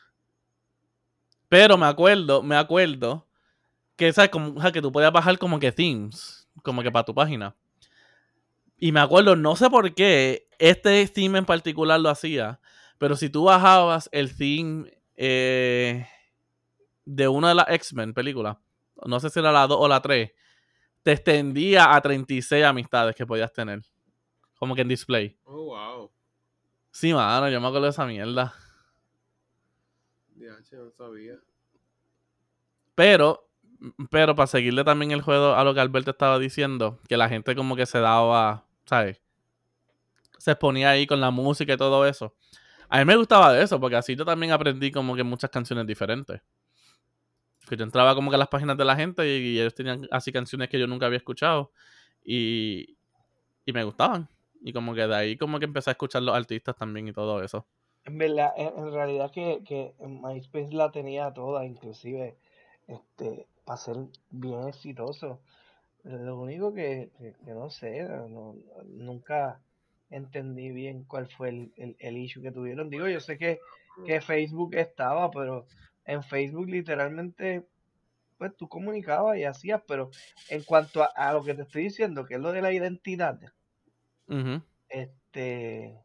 Pero me acuerdo, me acuerdo que, ¿sabes? Como, o sea, que tú podías bajar como que themes, como que para tu página. Y me acuerdo, no sé por qué, este theme en particular lo hacía, pero si tú bajabas el theme eh, de una de las X-Men películas, no sé si era la dos o la tres, te extendía a treinta y seis amistades que podías tener, como que en display. Oh, wow. Sí, mano, yo me acuerdo de esa mierda. Ya, che, no sabía. Pero, pero para seguirle también el juego a lo que Alberto estaba diciendo, que la gente como que se daba, ¿sabes? Se exponía ahí con la música y todo eso. A mí me gustaba de eso, porque así yo también aprendí como que muchas canciones diferentes. Que yo entraba como que a las páginas de la gente y, y ellos tenían así canciones que yo nunca había escuchado y, y me gustaban. Y como que de ahí como que empecé a escuchar los artistas también y todo eso. En verdad, en, en realidad que, que en MySpace la tenía toda, inclusive, este, para ser bien exitoso. Lo único que, que, que no sé, no, nunca entendí bien cuál fue el, el, el issue que tuvieron. Digo, yo sé que, que Facebook estaba, pero en Facebook literalmente, pues tú comunicabas y hacías, pero en cuanto a, a lo que te estoy diciendo, que es lo de la identidad, Ujú. este,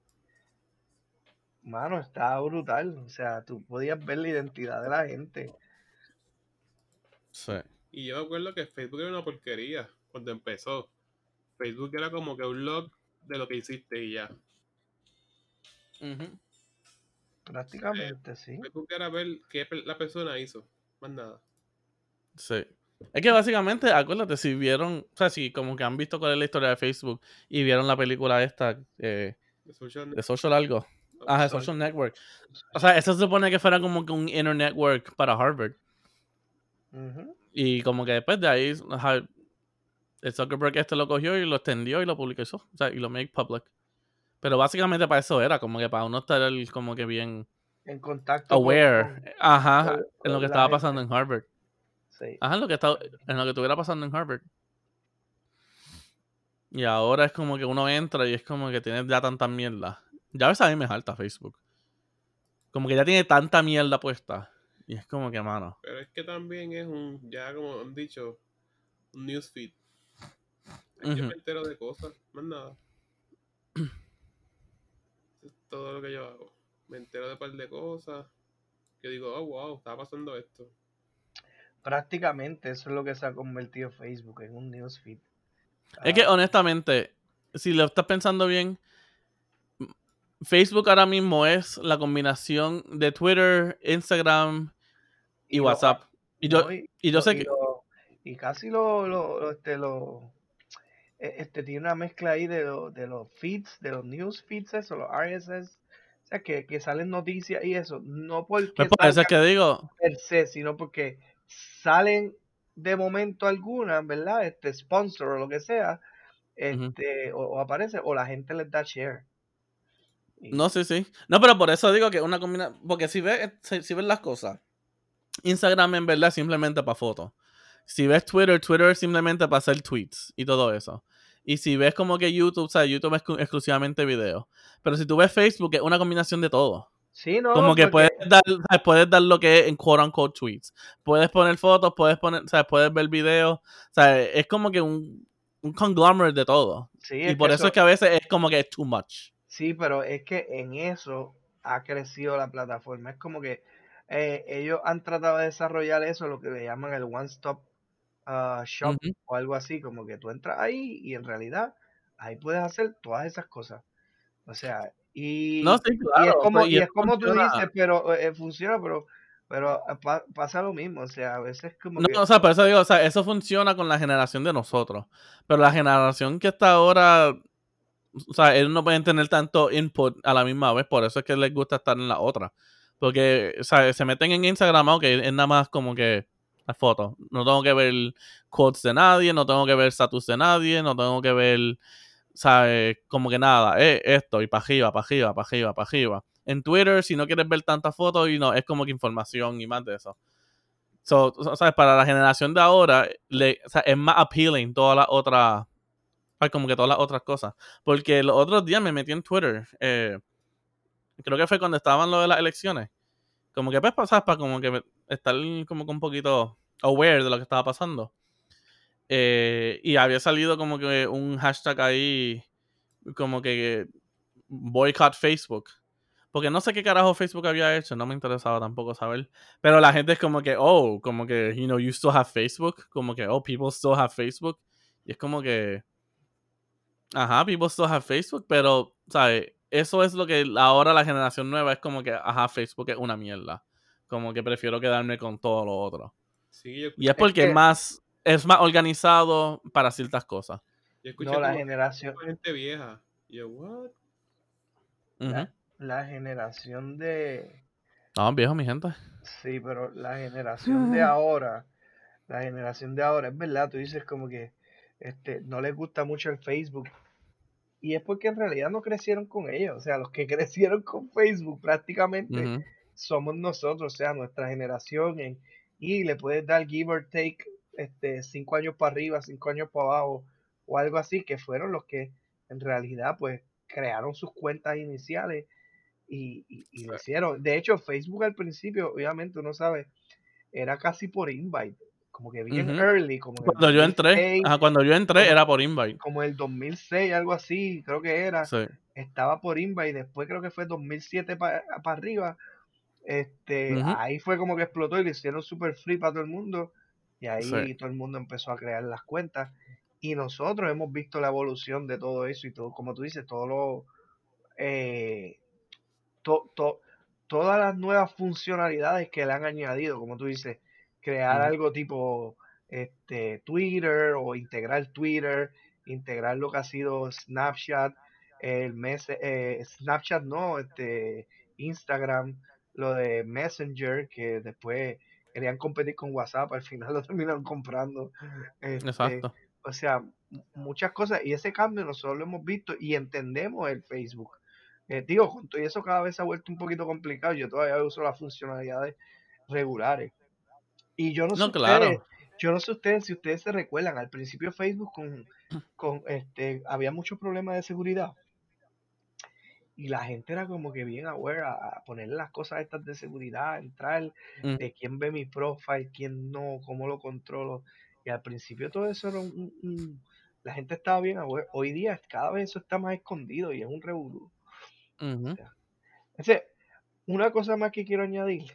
mano, estaba brutal. O sea, tú podías ver la identidad de la gente. Sí. Y yo me acuerdo que Facebook era una porquería cuando empezó. Facebook era como que un log de lo que hiciste y ya. Ujú. Prácticamente, sí. Facebook era ver qué pe- la persona hizo. Más nada. Sí. Es que básicamente, acuérdate, si vieron, o sea, si como que han visto cuál es la historia de Facebook y vieron la película esta eh, De social de Social algo. Ajá, de Soy- Social Network. O sea, eso se supone que fuera como que un inner network para Harvard. Ujú. Y como que después de ahí, ajá, el Zuckerberg este lo cogió y lo extendió y lo publicó. O sea, y lo made public. Pero básicamente para eso era, como que para uno estar como que bien En contacto con, aware, con, ajá, con- en lo que con la estaba pasando gente. en Harvard. Sí. Ajá, en lo que estaba, en lo que estuviera pasando en Harvard. Y ahora es como que uno entra y es como que tiene ya tanta mierda. Ya a veces a mí me jalta Facebook. Como que ya tiene tanta mierda puesta. Y es como que, mano. Pero es que también es un, ya como han dicho, un newsfeed. Aquí yo Ujú. me entero de cosas, más nada. Eso es todo lo que yo hago. Me entero de un par de cosas. Que digo, oh wow, está pasando esto. Prácticamente eso es lo que se ha convertido Facebook en un newsfeed. Es que Ah, honestamente, si lo estás pensando bien, Facebook ahora mismo es la combinación de Twitter, Instagram y y lo, ah, WhatsApp. Y yo, no, y, y yo lo, sé y, que... lo- y casi lo, lo, lo, este, lo, eh, este, tiene una mezcla ahí de, lo- de los feeds, de los news feeds, eso, los R S S, o sea, que, que salen noticias y eso, no Pues porque por eso es salgan que digo... per se, sino porque salen de momento algunas, ¿verdad? Este sponsor o lo que sea, Ujú. este, o, o aparece, o la gente les da share. No, Y sí, sí. No, pero por eso digo que es una combinación... Porque si ves, si, si ves las cosas, Instagram en verdad es simplemente para fotos. Si ves Twitter, Twitter es simplemente para hacer tweets y todo eso. Y si ves como que YouTube, o sea, YouTube es exclusivamente video. Pero si tú ves Facebook, es una combinación de todo. sí, no, Como que porque puedes dar, ¿sabes? Puedes dar lo que es en quote unquote tweets. Puedes poner fotos, puedes poner, o sea, puedes ver videos. O sea, es como que un, un conglomerate de todo. sí, Y es que por eso es eso, que a veces es como que es too much. sí, pero es que en eso ha crecido la plataforma. Es como que eh, ellos han tratado de desarrollar eso, lo que le llaman el One Stop ah, Shop Ujú. o algo así, como que tú entras ahí y en realidad ahí puedes hacer todas esas cosas. O sea, No, y, sí, y es claro. como, Pues, y y eso es como tú funciona. dices, pero eh, funciona, pero, pero eh, pa- pasa lo mismo. O sea, a veces como No, que, o sea, por eso digo, o sea, eso funciona con la generación de nosotros. Pero la generación que está ahora, o sea, ellos no pueden tener tanto input a la misma vez, por eso es que les gusta estar en la otra. Porque, o sea, se meten en Instagram, ok, es nada más como que las fotos. No tengo que ver quotes de nadie, no tengo que ver status de nadie, no tengo que ver, ¿sabes? Como que nada, eh, esto, y para arriba, para arriba, para arriba, para arriba. En Twitter, si no quieres ver tantas fotos, y no, es como que información y más de eso. So, o sea, para la generación de ahora, le, o sea, es más appealing todas las otras, ay, como que todas las otras cosas. Porque los otros días me metí en Twitter, eh, creo que fue cuando estaban lo de las elecciones. Como que pues pasar para como que me- estar como que un poquito aware de lo que estaba pasando. Eh, y había salido como que un hashtag ahí, como que boycott Facebook. Porque no sé qué carajo Facebook había hecho, no me interesaba tampoco saber. Pero la gente es como que, oh, como que, you know, you still have Facebook. Como que, oh, people still have Facebook. Y es como que, ajá, people still have Facebook, pero, ¿sabes? Eso es lo que ahora la generación nueva es como que, ajá, Facebook es una mierda. Como que prefiero quedarme con todo lo otro. Sí, yo Y es escuché, es porque es que más, es más organizado para ciertas cosas. yo escuché no, la como que generación, gente vieja. Y yo, what? Ujú. la, la generación de, No, viejo, mi gente. sí, pero la generación de ahora, la generación de ahora, es verdad, tú dices como que este, no les gusta mucho el Facebook. Y es porque en realidad no crecieron con ellos. O sea, los que crecieron con Facebook prácticamente Ujú. somos nosotros, o sea, nuestra generación. En, y le puedes dar give or take este, cinco años para arriba, cinco años para abajo, o algo así, que fueron los que en realidad pues crearon sus cuentas iniciales y, y, y lo hicieron. De hecho, Facebook al principio, obviamente uno sabe, era casi por invite, como que bien Ujú. early, como en el Cuando yo entré, dos mil seis, ajá, cuando yo entré como, era por invite. como el dos mil seis, algo así, creo que era, Sí. estaba por invite, y después creo que fue dos mil siete para arriba, este, Ujú. ahí fue como que explotó y lo hicieron super free para todo el mundo, y Sí. ahí todo el mundo empezó a crear las cuentas, y nosotros hemos visto la evolución de todo eso y todo, como tú dices, todo lo, eh, to- to- todas las nuevas funcionalidades que le han añadido, como tú dices, crear Ujú. algo tipo este Twitter o integrar Twitter, integrar lo que ha sido Snapchat, el mes, eh, Snapchat no, este Instagram, lo de Messenger, que después querían competir con WhatsApp, al final lo terminaron comprando. Este, Exacto. o sea, mu- muchas cosas, y ese cambio nosotros lo hemos visto y entendemos el Facebook. Eh, digo, con todo y eso cada vez se ha vuelto un poquito complicado. Yo todavía uso las funcionalidades regulares. Y yo no sé No, ustedes, claro. yo no sé ustedes, si ustedes se recuerdan, al principio Facebook con, con este, había muchos problemas de seguridad. Y la gente era como que bien aware a, a ponerle las cosas estas de seguridad, entrar, Mm, de quién ve mi profile, quién no, cómo lo controlo. Y al principio todo eso era un, un- un- la gente estaba bien aware. Hoy día cada vez eso está más escondido y es un revolú. O ujú, sea, ese- una cosa más que quiero añadir,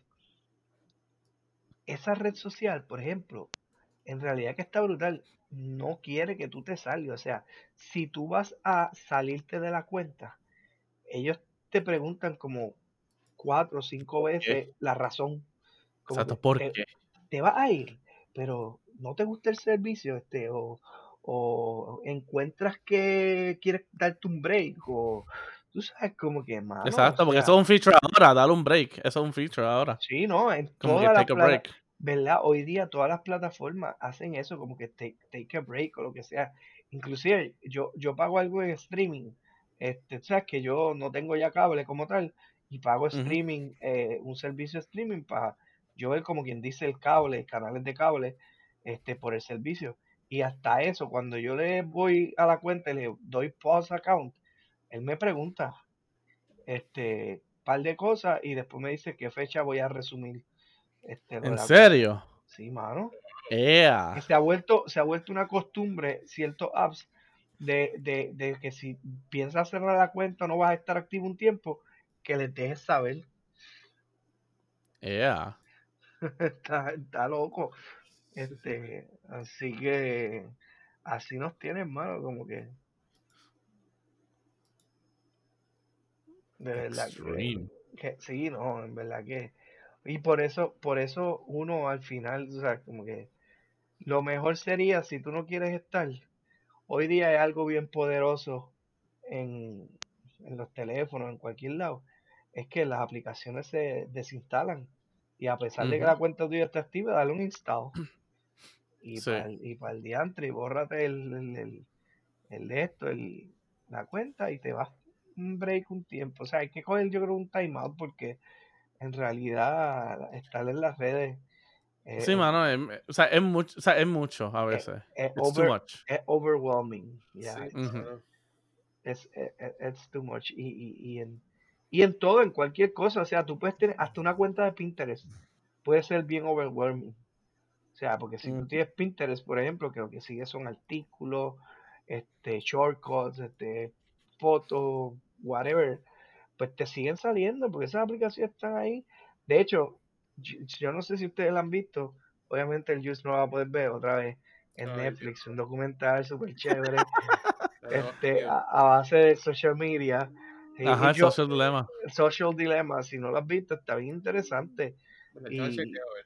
esa red social, por ejemplo, en realidad que está brutal, no quiere que tú te salgas. O sea, si tú vas a salirte de la cuenta, ellos te preguntan como cuatro o cinco ¿por qué? veces la razón, como Exacto, que ¿por te, qué? te vas a ir, pero no te gusta el servicio, este, o, o encuentras que quieres darte un break, o tú sabes, como que, mano, o Exacto, porque eso sea, es un feature ahora, dale un break. Eso es un feature ahora. sí, ¿no? En Como que todas las take a plataformas, break. ¿verdad? Hoy día todas las plataformas hacen eso, como que take, take a break o lo que sea. Inclusive yo, yo pago algo en streaming, este, tú sabes que yo no tengo ya cable como tal, y pago Ujú, streaming, eh, un servicio de streaming para yo ver como quien dice el cable, canales de cable, este, por el servicio. Y hasta eso, cuando yo le voy a la cuenta y le doy pause account, él me pregunta, este, par de cosas y después me dice qué fecha voy a resumir este, lo de ¿En la cuenta. serio? Sí, mano. Que Yeah. se ha vuelto, se ha vuelto una costumbre, ciertos apps, de, de, de que si piensas cerrar la cuenta no vas a estar activo un tiempo, que les dejes saber. Yeah. está, está loco. Este, así que así nos tienen, mano, como que de verdad que, Extreme. que sí, no, en verdad que. Y por eso, por eso uno al final, o sea, como que lo mejor sería si tú no quieres estar. Hoy día es algo bien poderoso en, en los teléfonos, en cualquier lado. Es que las aplicaciones se desinstalan. Y a pesar de que Ujú, la cuenta tuya está activa, dale un install. Y sí. para el, y para el diantre, y bórrate el, el, el, el de esto, el, la cuenta, y te vas un break un tiempo. O sea, hay que coger yo creo un timeout porque en realidad estar en las redes Sí, eh, mano, em, o sea, es mucho, o sea, es mucho a es, veces. es It's too over, much. es overwhelming. Yeah, Sí, it's, Ujú, mano. es, es, es- it's too much. Y, y, y, en, y en todo, en cualquier cosa. O sea, tú puedes tener hasta una cuenta de Pinterest. Puede ser bien overwhelming. O sea, porque si tú ujú. tienes Pinterest, por ejemplo, que lo que sigue son artículos, este, shortcuts, este, fotos, whatever, pues te siguen saliendo porque esas aplicaciones están ahí. De hecho, yo, yo no sé si ustedes la han visto. Obviamente el Juice no la va a poder ver otra vez en Ay, Dios. Netflix, un documental súper chévere Pero, este, tío, a, a base de social media. Y, Ajá, y el yo, social dilemma. Social Dilemma, si no lo has visto, está bien interesante. bueno, yo Y chequeo, a ver.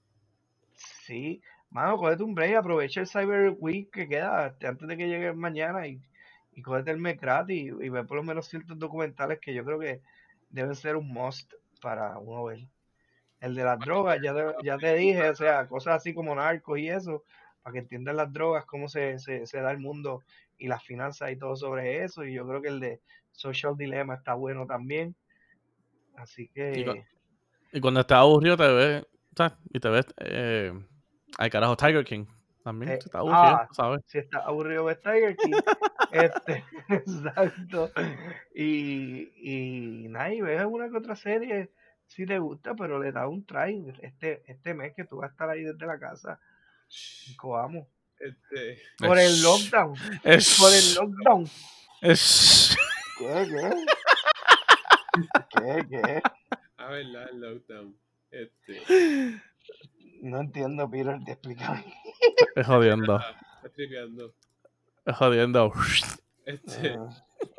sí, mano, cógete un break, aprovecha el Cyber Week que queda este, antes de que llegue mañana y, y cógete el mes gratis y, y ve por lo menos ciertos documentales que yo creo que deben ser un must para uno ver. El de las drogas, ya te, ya te dije, o sea, cosas así como narcos y eso, para que entiendan las drogas, cómo se, se, se da el mundo y las finanzas y todo sobre eso. Y yo creo que el de Social Dilemma está bueno también. Así Y, cu- que, y cuando estás aburrido te ves, o sea, y te ves, eh, al carajo Tiger King. También, eh, si estás aburrido, ah, ¿sabes? si está aburrido de Tiger King, este, exacto. Y, y nada, y ves una que otra serie si te gusta, pero le da un try este, este mes que tú vas a estar ahí desde la casa. Coamo. Este, Por el Esh, lockdown. Por el esh, lockdown. esh. ¿Qué, qué? ¿Qué, qué? a ver, la el lockdown. Este, No entiendo, Peter, te explícame. Es jodiendo, ah, está tripeando. es jodiendo. Este, Ah,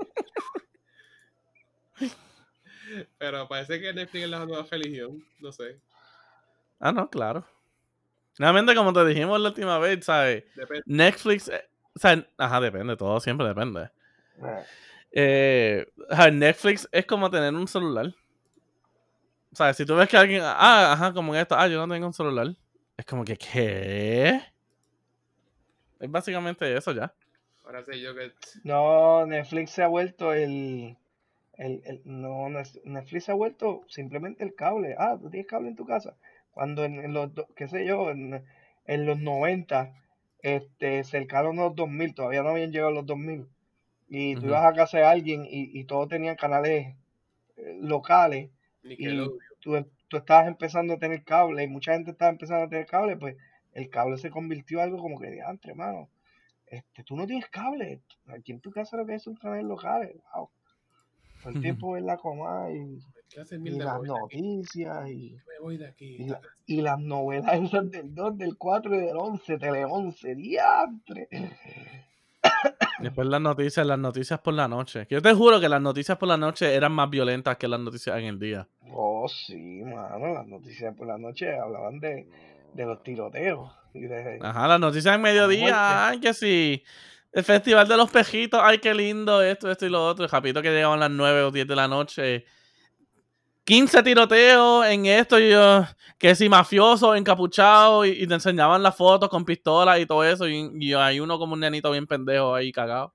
pero parece que Netflix es la nueva religión, no sé. Ah, no, claro. Realmente, como te dijimos la última vez, ¿sabes? Depende. Netflix, eh, o sea, ajá, depende, todo siempre depende. ah, Eh, ajá, Netflix es como tener un celular. O sea, si tú ves que alguien, ah, ajá, como en esto, ah, yo no tengo un celular. Es como que, ¿qué? Es básicamente eso ya. Ahora sé yo que No, Netflix se ha vuelto el, el, el- no, Nes- Netflix se ha vuelto simplemente el cable. Ah, tú tienes cable en tu casa. Cuando en, en los, do- qué sé yo, en, en los noventa, este, cercanos a los dos mil, todavía no habían llegado los dos mil, y tú Ujú. ibas a casa de alguien y, y todos tenían canales eh, locales, y Nickelodeon. tú, em- tú estabas empezando a tener cable, y mucha gente estaba empezando a tener cable, pues el cable se convirtió en algo como que de antes, hermano. Este, tú no tienes cable, aquí en tu casa lo que es un canal local, wow. Todo el tiempo en la coma y, ¿Qué haces, y mierda? Me las voy de aquí. noticias y, Me voy de aquí. y, Esta la- casa. y las novelas esas del dos, del cuatro y del once, Tele once, diantre. Después las noticias, las noticias por la noche. Yo te juro que las noticias por la noche eran más violentas que las noticias en el día. Oh, sí, mano, las noticias por la noche hablaban de, de los tiroteos y de Ajá, las noticias en la muerte. mediodía, ay, que sí. El festival de los pejitos, ay, qué lindo, esto, esto y lo otro. Y rapidito que llegaban las nueve o diez de la noche. quince tiroteos en esto, y yo, que si mafioso, encapuchado, y, y te enseñaban las fotos con pistolas y todo eso. Y, y hay uno como un nenito bien pendejo ahí cagado.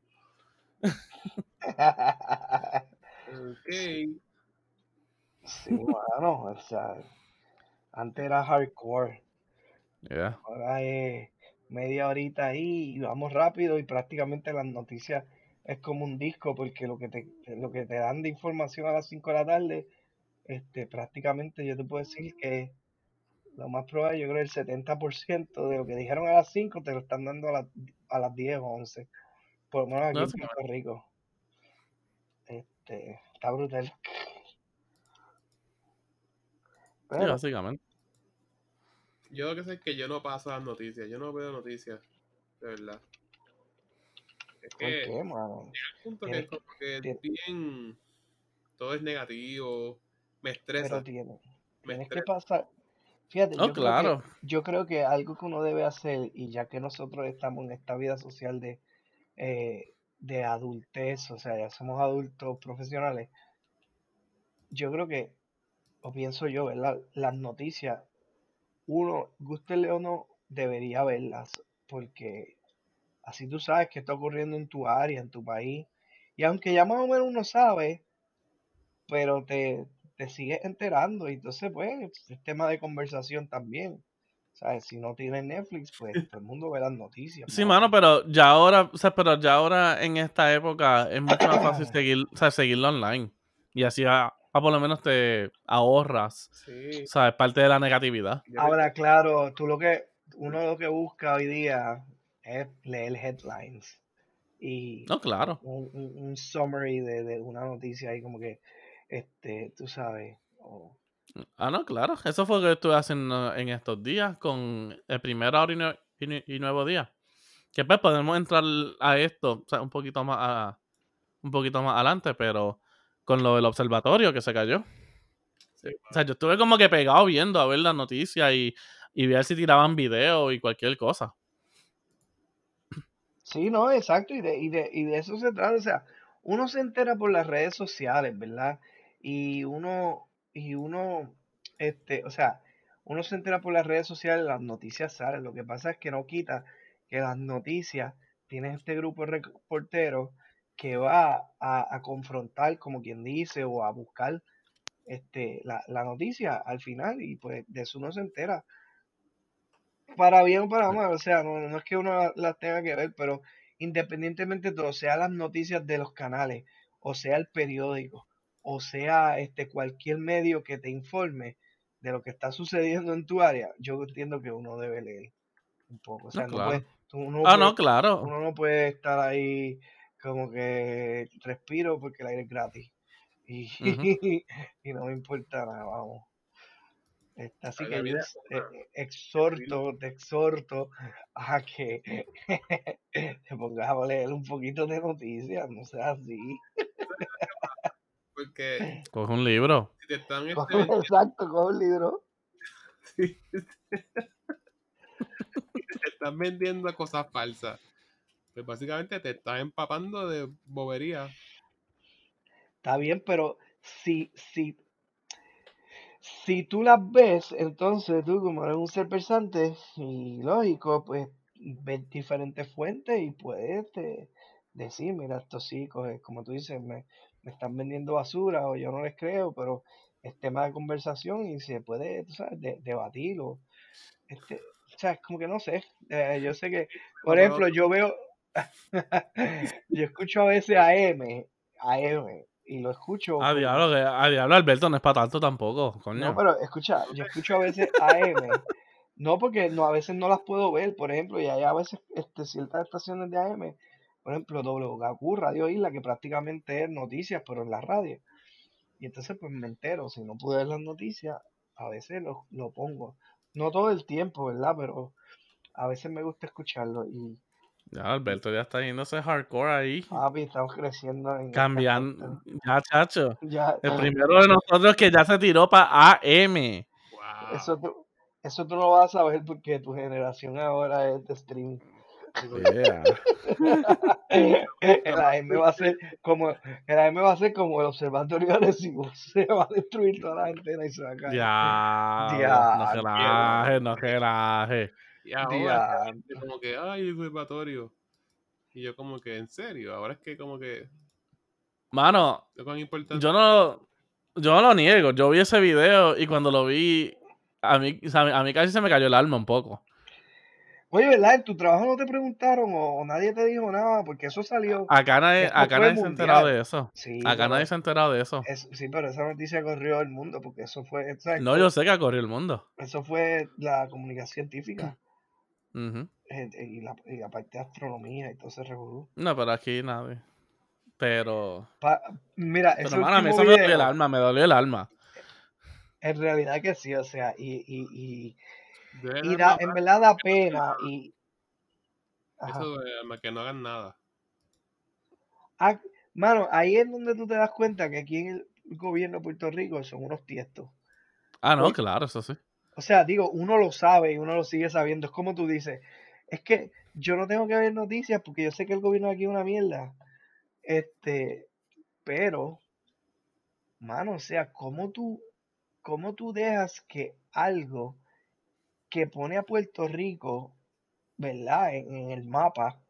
Ok. Sí, sí, mano, o sea, antes era hardcore, Yeah. ahora es media horita ahí y vamos rápido y prácticamente las noticias es como un disco porque lo que te, lo que te dan de información a las cinco de la tarde, este, prácticamente yo te puedo decir que lo más probable, yo creo que el setenta por ciento de lo que dijeron a las cinco te lo están dando a las, a las diez o once, por lo menos aquí No, en sí, Puerto Rico. Este, está brutal. sí, Pero, básicamente. Yo lo que sé es que yo no paso las noticias. Yo no veo noticias. De verdad. Es ¿por que qué, mano? el punto que Tienes es que, como que es tien- bien. Todo es negativo. Me pero estresa. tienes, Me tienes que estresa. pasar. Fíjate, Oh, yo creo que, claro. yo creo que algo que uno debe hacer, y ya que nosotros estamos en esta vida social de, eh, de adultez, o sea, ya somos adultos profesionales, yo creo que, o pienso yo, ¿verdad? Las noticias, uno, gústele o no, debería verlas, porque así tú sabes qué está ocurriendo en tu área, en tu país. Y aunque ya más o menos uno sabe, pero te, te sigues enterando. Y entonces, pues, es tema de conversación también. ¿Sabes? Si no tienes Netflix, pues todo el mundo ve las noticias, Sí, mano, mano. pero ya ahora, o sea, pero ya ahora en esta época es mucho más fácil seguir, o sea, seguirlo online. Y así a, a por lo menos te ahorras, Sí. ¿sabes? Parte de la negatividad. Yo pienso Ahora, claro, tú lo que, uno lo que busca hoy día es leer headlines y No, claro. un, un- un summary de, de una noticia ahí como que, este, tú sabes, o Ah, no, claro. Eso fue lo que estuve haciendo en estos días con el primer hora y, nue- y nue- y nuevo día. Que pues podemos entrar a esto, o sea, un poquito más a- un poquito más adelante, pero con lo del observatorio que se cayó. sí, O sea, yo estuve como que pegado viendo a ver las noticias y, y ver si tiraban video y cualquier cosa. sí, no, exacto, y de, y de, y de eso se trata, o sea, uno se entera por las redes sociales, ¿verdad? Y uno, y uno, este, o sea, uno se entera por las redes sociales, las noticias salen, lo que pasa es que no quita que las noticias tienen este grupo de reporteros que va a, a confrontar, como quien dice, o a buscar este, la, la noticia al final, y pues de eso uno se entera para bien o para mal, o sea, no, no es que uno la- las tenga que ver, pero independientemente de todo, sea las noticias de los canales, o sea el periódico, o sea este cualquier medio que te informe de lo que está sucediendo en tu área, yo entiendo que uno debe leer un poco, o No, sea, no puede, claro. tú- uno no Ah, puede, no, claro. uno no puede estar ahí como que respiro porque el aire es gratis y, Ujú. y no me importa nada, vamos. Este, así la que yo vida es ex- eh, una. eh, Hay que vivir. exhorto, te exhorto a que te pongas a leer un poquito de noticias, no seas así. Porque Coge un libro. si te están este, Coge- vendiendo, Exacto, coge un libro. si te están vendiendo cosas falsas, pues básicamente te estás empapando de bobería. Está bien, pero si, si, si tú las ves, entonces tú como eres un ser pensante y lógico, pues ves diferentes fuentes y puedes este, decir, mira, esto sí, coge- como tú dices, me, me están vendiendo basura o yo no les creo, pero es tema de conversación y se puede, tú sabes, de- debatir o este, sea, es como que no sé. Eh, yo sé que, por Pero ejemplo, yo veo, yo escucho a veces a M, a M, y lo escucho A por, diablo, que, a diablo Alberto no es para tanto tampoco, no, coño. pero escucha, yo escucho a veces A M, no porque no, a veces no las puedo ver, por ejemplo, y hay a veces este, ciertas estaciones de A M, por ejemplo, W K Q, Radio Isla, que prácticamente es noticias, pero en la radio. Y entonces pues me entero, si no pude ver las noticias, a veces lo, lo pongo. No todo el tiempo, ¿verdad? Pero a veces me gusta escucharlo y, Ya y Alberto ya está yéndose hardcore ahí. papi, estamos creciendo en este Cambiando. aspecto. Ya, chacho. Ya, El primero de nosotros que ya se tiró para A M. eso wow. tú, eso tú no vas a saber porque tu generación ahora es de streaming. Yeah. El A M va a ser como el A M va a ser como el observatorio de Arecibo. Se va a destruir toda la antena y se va a caer. Diablo. No Diantre, mano. relaje, no relaje. Y ahora que la gente Diantre. como que, ay, el observatorio. Y yo como que, en serio, ahora es que como que, Mano, lo tan importante. yo no, yo no lo niego. Yo vi ese video y cuando lo vi, a mí, o sea, a mí casi se me cayó el alma un poco. Oye, ¿verdad? ¿En tu trabajo no te preguntaron o, o nadie te dijo nada? Porque eso salió, Acá nadie, esto acá fue nadie se ha enterado mundial. de eso. Sí, Acá nadie pero se ha enterado de eso. es, sí, pero esa noticia corrió el mundo porque eso fue, o sea, No, esto, yo sé que corrió el mundo. eso fue la comunicación científica Ujú. eh, y, la, y la parte de astronomía y todo ese revolú. No, pero aquí nadie. Pero, Pa- mira, ese pero, mano, a mí último eso me dolió el video, alma, me dolió el alma. en realidad que sí, o sea, y, y, y, Debe y dar da, más en verdad da pena que y, eso ajá. de alma, que no hagan nada. Ah, mano, ahí es donde tú te das cuenta que aquí en el gobierno de Puerto Rico son unos tiestos. Ah, no, Por- claro, eso sí. o sea, digo, uno lo sabe y uno lo sigue sabiendo. Es como tú dices, es que yo no tengo que ver noticias porque yo sé que el gobierno de aquí es una mierda. Este, pero, mano, o sea, ¿cómo tú, cómo tú dejas que algo que pone a Puerto Rico, ¿verdad? En, en el mapa,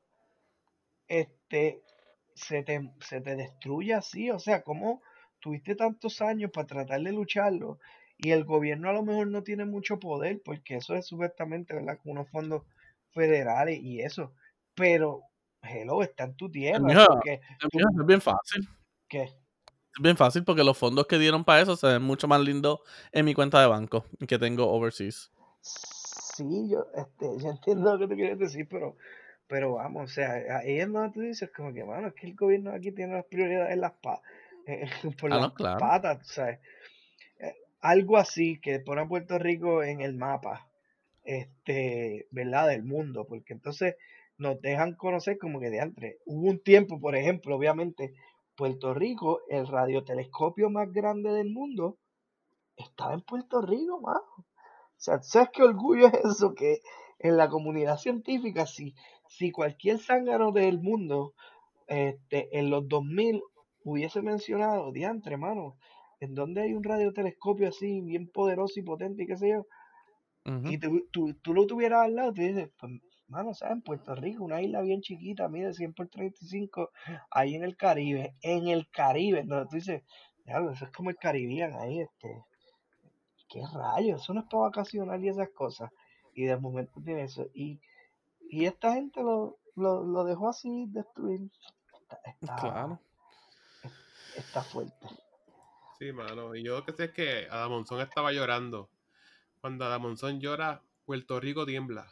este, se te, se te destruye así? O sea, ¿cómo tuviste tantos años para tratar de lucharlo? Y el gobierno a lo mejor no tiene mucho poder, porque eso es supuestamente, ¿verdad? Con unos fondos federales y eso. Pero, hello, está en tu El tierra, mío, eso que el mío tú, es bien fácil. ¿qué? Es bien fácil porque los fondos que dieron para eso se ven mucho más lindos en mi cuenta de banco que tengo overseas. Sí, yo, este, yo entiendo lo que tú quieres decir, pero, pero vamos, o sea, ahí es donde tú dices, como que, mano, es que el gobierno aquí tiene las prioridades en las pa- eh, por Ah, las no, claro. patas, ¿sabes? Eh, algo así que pone a Puerto Rico en el mapa, este, ¿verdad? Del mundo, porque entonces nos dejan conocer como que de antes. Hubo un tiempo, por ejemplo, obviamente, Puerto Rico, el radiotelescopio más grande del mundo, estaba en Puerto Rico, mano. O sea, ¿sabes qué orgullo es eso? Que en la comunidad científica, si, si cualquier zángano del mundo este, en los dos mil hubiese mencionado, diantre, mano, en donde hay un radiotelescopio así, bien poderoso y potente y qué sé yo, Ujú. y tú, tú, tú lo tuvieras al lado, tú dices, pues, mano, ¿sabes? En Puerto Rico, una isla bien chiquita, mide cien por treinta y cinco, ahí en el Caribe, en el Caribe, donde tú dices, diablo, eso es como el Caribbean ahí, este, ¿qué rayos? Eso no es para vacacionar y esas cosas. Y de momento tiene eso. Y, y esta gente lo, lo, lo dejó así destruir. Está, está, Claro. está fuerte. Sí, mano. Y yo lo que sé es que Adamonzón estaba llorando. Cuando Adamonzón llora, Puerto Rico tiembla.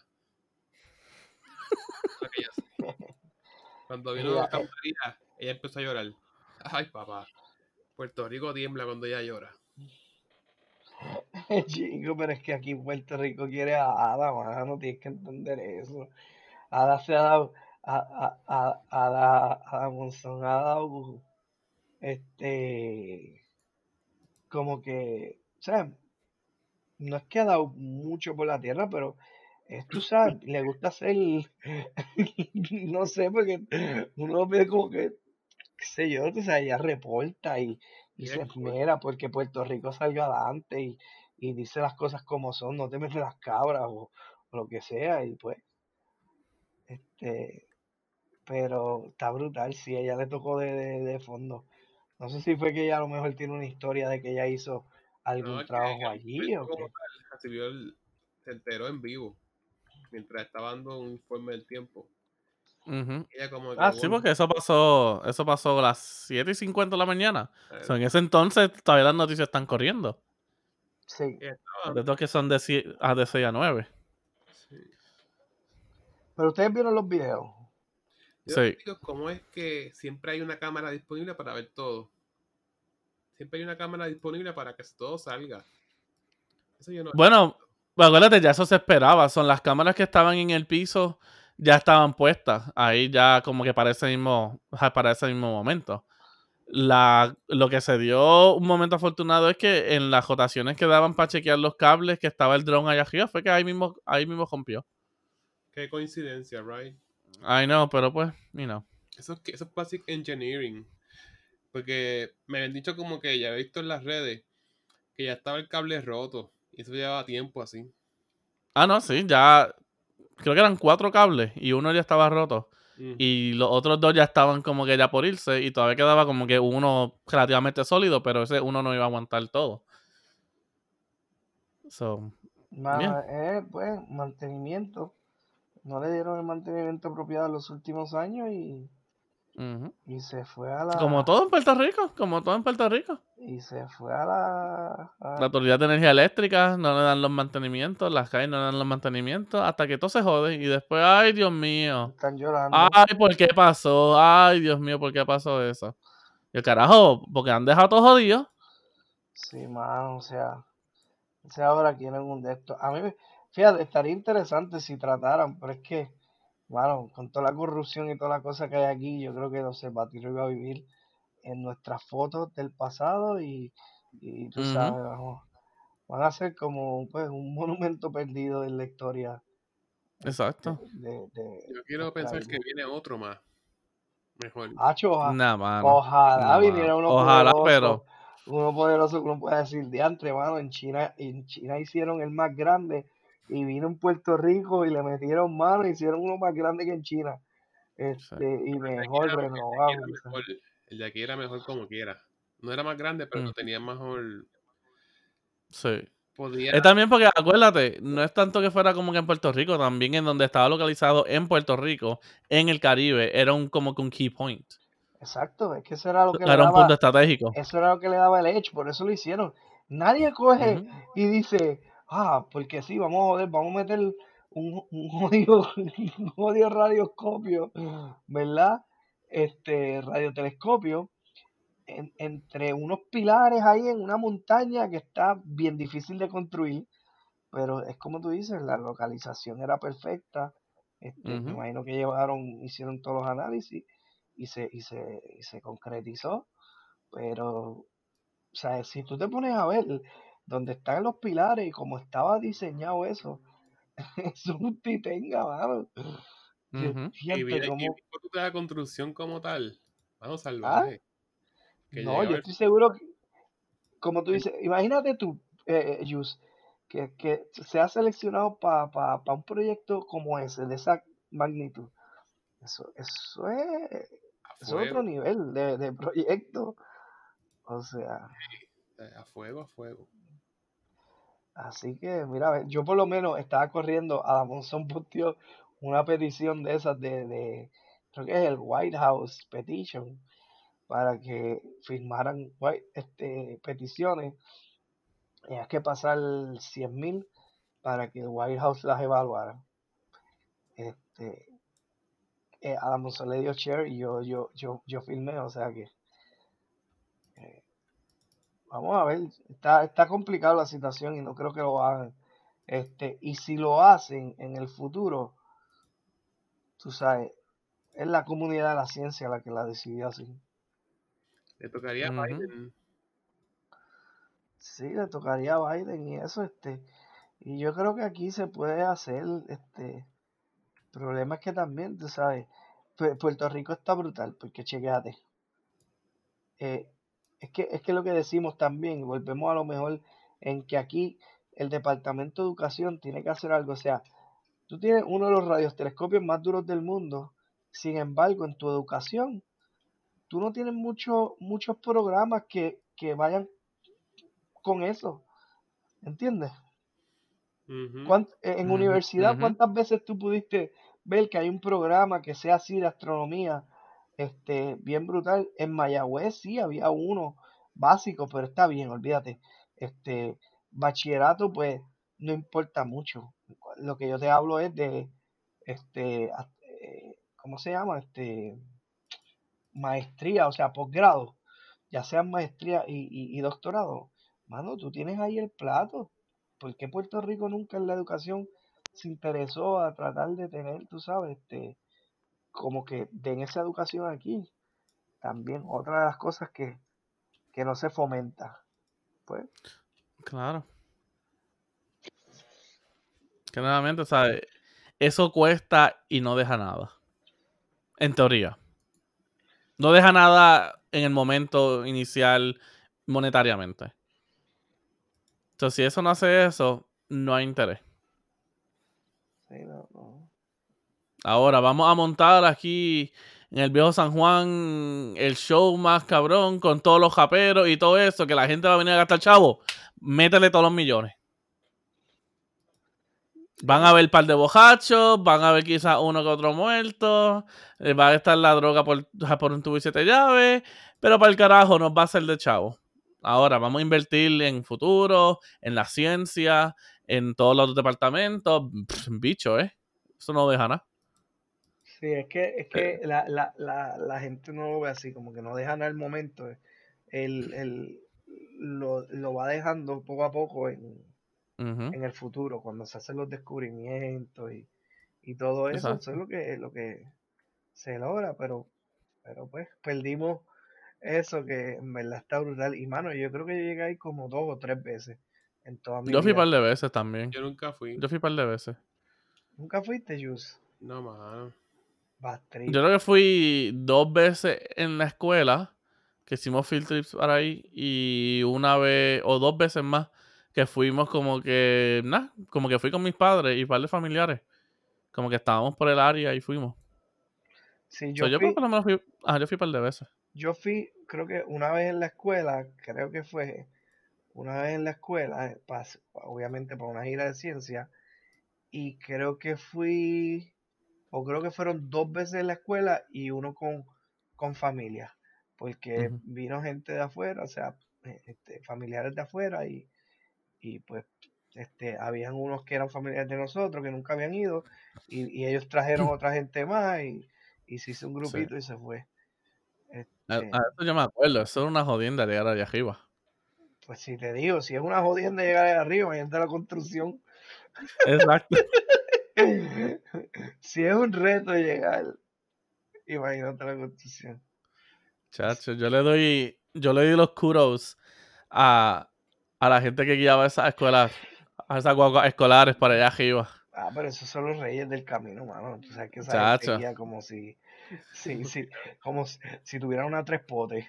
Lo que yo sé. Cuando vino Ella, Camila, ella empezó a llorar. Ay, papá. Puerto Rico tiembla cuando ella llora. eh, chico, pero es que aquí en Puerto Rico quiere a Ada, mano, tienes que entender eso. Ada se ha dado, a, a, a, Ada, Ada Monzón ha dado, este, como que, o sea, no es que ha dado mucho por la tierra, pero es, tú sabes, le gusta hacer, no sé, porque uno ve como que, qué sé yo, tú sabes, ella reporta y, y Ella se es cool. esmera porque Puerto Rico salga adelante y, y dice las cosas como son, no te metes las cabras o, o lo que sea, y pues, este, pero está brutal, sí, a ella le tocó de, de, de fondo. No sé si fue que ella a lo mejor tiene una historia de que ella hizo No, algún es que trabajo en el allí momento o como qué. tal recibió el, se enteró en vivo. mientras estaba dando un informe del tiempo. Ujú. Ella como que, Ah, Sí, sí. bueno, porque eso pasó, eso pasó a las siete y cincuenta de la mañana. eh, So, en ese entonces todavía las noticias están corriendo. Sí. ella estaba, De estos que son de, sie- a de seis a nueve. sí. Pero ustedes vieron los videos. Yo Sí. digo, ¿cómo es que siempre hay una cámara disponible para ver todo? Siempre hay una cámara disponible para que todo salga. Eso yo no. Bueno, acuérdate, ya eso se esperaba. Son las cámaras que estaban en el piso, ya estaban puestas. Ahí ya como que para ese mismo, ja, para ese mismo momento. La, lo que se dio un momento afortunado es que en las rotaciones que daban para chequear los cables, que estaba el dron allá arriba, fue que ahí mismo, ahí mismo rompió. Qué coincidencia, right? I know, pero pues, you know. Eso es, que- eso es basic engineering. Porque me habían dicho como que ya he visto en las redes que ya estaba el cable roto. Y eso llevaba tiempo así. Ah, no, sí, ya. Creo que eran cuatro cables y uno ya estaba roto. Ujú. Y los otros dos ya estaban como que ya por irse. Y todavía quedaba como que uno relativamente sólido, pero ese uno no iba a aguantar todo. So, Mano, yeah. eh, pues, mantenimiento. No le dieron el mantenimiento apropiado en los últimos años y, Ujú. y se fue a Como la. todo en Puerto Rico, como todo en Puerto Rico. Y se fue a la. La a- Autoridad de Energía Eléctrica no le dan los mantenimientos, las calles no le dan los mantenimientos, hasta que todo se jode. Y después, ay, Dios mío. están llorando. Ay, ¿por qué pasó? Ay, Dios mío, ¿por qué pasó eso? Y el carajo, porque han dejado todo jodido. Sí, mano, o sea. O sea, ahora quieren un de estos. A mí, me- fíjate, estaría interesante si trataran, pero es que, mano, con toda la corrupción y toda la cosa que hay aquí, yo creo que el observatorio iba a vivir en nuestras fotos del pasado y, y tú Ujú, sabes, vamos, van a ser como pues un monumento perdido en la historia este, exacto. de, de Yo quiero nuestra pensar que isla. viene otro más. Mejor. Hacho, oja- Nada, mano. ojalá Nada, viniera mano. uno Ojalá, poderoso, pero. uno poderoso que uno pueda decir, diantre, mano, en China, en China hicieron el más grande y vino en Puerto Rico y le metieron mano y hicieron uno más grande que en China, Sí. este, y El de aquí mejor era, el de aquí renovado. era O sea, mejor. El de aquí era mejor como quiera. No era más grande, pero Mm, tenía mejor. sí. Podía. Es también porque, acuérdate, no es tanto que fuera como que en Puerto Rico, también en donde estaba localizado en Puerto Rico, en el Caribe, era un como que un key point. exacto, es que eso era lo que le Era un punto daba, estratégico. eso era lo que le daba el edge, por eso lo hicieron. Nadie coge Ujú, y dice, ah, porque sí, vamos a joder, vamos a meter un, un jodido, un jodido radioscopio, ¿verdad? Este radiotelescopio en- entre unos pilares ahí en una montaña que está bien difícil de construir, pero es como tú dices, la localización era perfecta. Este, me ujú, imagino que llevaron, hicieron todos los análisis y se, y se, y se concretizó. Pero, o sea, si tú te pones a ver dónde están los pilares y cómo estaba diseñado eso, eso es un titenga, mano. Que ujú. Y vi, fíjate y cómo. vi fotos de la construcción como tal. Vamos, Ah, salvaje. Que no, yo llegaba el. estoy seguro que, como tú el- dices, imagínate tú, eh, Yus, que, que sea seleccionado para pa, pa un proyecto como ese, de esa magnitud. Eso, eso es, eso a es otro fuego. nivel de, de proyecto. O sea, eh, A fuego, a fuego. así que, mira, ve, yo por lo menos estaba corriendo, a Monzón posteó una petición de esas de, de, creo que es el White House Petition, para que firmaran white- este, peticiones. Tenías que pasar cien mil para que el White House las evaluara. Este, eh, Adam Monzón le dio share y yo, yo, yo, yo filmé, o sea que eh, vamos a ver, está, está complicada la situación y no creo que lo hagan. Este, y si lo hacen en el futuro, tú sabes, es la comunidad de la ciencia la que la decidió así. Le tocaría a Ujú, Biden. Sí, le tocaría a Biden y eso, este, y yo creo que aquí se puede hacer, este, el problema es que también, tú sabes, Pu- Puerto Rico está brutal, porque chequéate, eh, es que es que lo que decimos también, volvemos a lo mejor en que aquí el Departamento de Educación tiene que hacer algo, o sea, tú tienes uno de los radiotelescopios más duros del mundo, sin embargo, en tu educación, tú no tienes mucho, muchos programas que, que vayan con eso, ¿entiendes? Ujú. ¿Cuánt- En Ujú, universidad, ujú. ¿cuántas veces tú pudiste ver que hay un programa que sea así de astronomía, este, bien brutal? En Mayagüez sí había uno básico, pero está bien, olvídate. Este, bachillerato, pues, no importa mucho. Lo que yo te hablo es de, este, as- eh, ¿cómo se llama? Este, maestría, o sea, posgrado, ya sea maestría y, y, y doctorado. Mano, tú tienes ahí el plato. ¿Por qué Puerto Rico nunca en la educación se interesó a tratar de tener, tú sabes, este, como que den esa educación aquí? También otra de las cosas que, que no se fomenta. Pues, Claro. Que nuevamente, ¿sabes? Eso cuesta y no deja nada. En teoría. No deja nada en el momento inicial monetariamente. Entonces, si eso no hace eso, no hay interés. sí, no, no. Ahora, vamos a montar aquí en el viejo San Juan el show más cabrón con todos los japeros y todo eso, que la gente va a venir a gastar chavo. Métele todos los millones. Van a Sí, haber un par de bojachos, van a haber quizás uno que otro muerto, eh, va a estar la droga por, por un tubo y siete llaves, pero para el carajo nos va a hacer de chavo. Ahora vamos a invertir en futuro, en la ciencia, en todos los departamentos. Pff, bicho, ¿eh? Eso no deja nada. sí, es que, es que la, la, la, la gente no lo ve así, como que no dejan al momento. eh, El, el, lo, lo va dejando poco a poco en, Ujú, en el futuro, cuando se hacen los descubrimientos y, y todo eso, eso es exacto. lo que, lo que se logra, pero, pero pues perdimos eso que en verdad está brutal. Y mano, yo creo que yo llegué ahí como dos o tres veces en toda mi Yo fui un par vida. de veces también. Yo nunca fui. Yo fui un par de veces. ¿Nunca fuiste, Jus? No, mano. Bad Yo trip. creo que fui dos veces en la escuela, que hicimos field trips para ahí, y una vez o dos veces más que fuimos como que, nada, como que fui con mis padres y un par de familiares. Como que estábamos por el área y fuimos. Sí, So, yo yo pues, por fui, lo menos fui, ah, yo fui un par de veces. yo fui, creo que una vez en la escuela, creo que fue una vez en la escuela, eh, pas- obviamente para una gira de ciencia, y creo que fui, o creo que fueron dos veces en la escuela y uno con, con familia, porque Ujú. vino gente de afuera, o sea, eh, este, familiares de afuera, y, y pues este, habían unos que eran familiares de nosotros, que nunca habían ido, y, y ellos trajeron otra gente más, y, y se hizo un Sí. grupito y se fue. A, a Este, eso yo me acuerdo. Eso era una jodienda llegar allá arriba. pues si te digo, si es una jodienda llegar ahí arriba, y entrar a la construcción, Exacto. si es un reto llegar, imagínate la construcción. Chacho, yo le doy, yo le doy los kudos a, a la gente que guiaba esas escuelas, a esas guaguas escolares para allá arriba. Ah, pero esos son los reyes del camino, mano. Tú sabes que esa gente Chacho. guía como si, si, si, como si, si tuvieran una tres potes.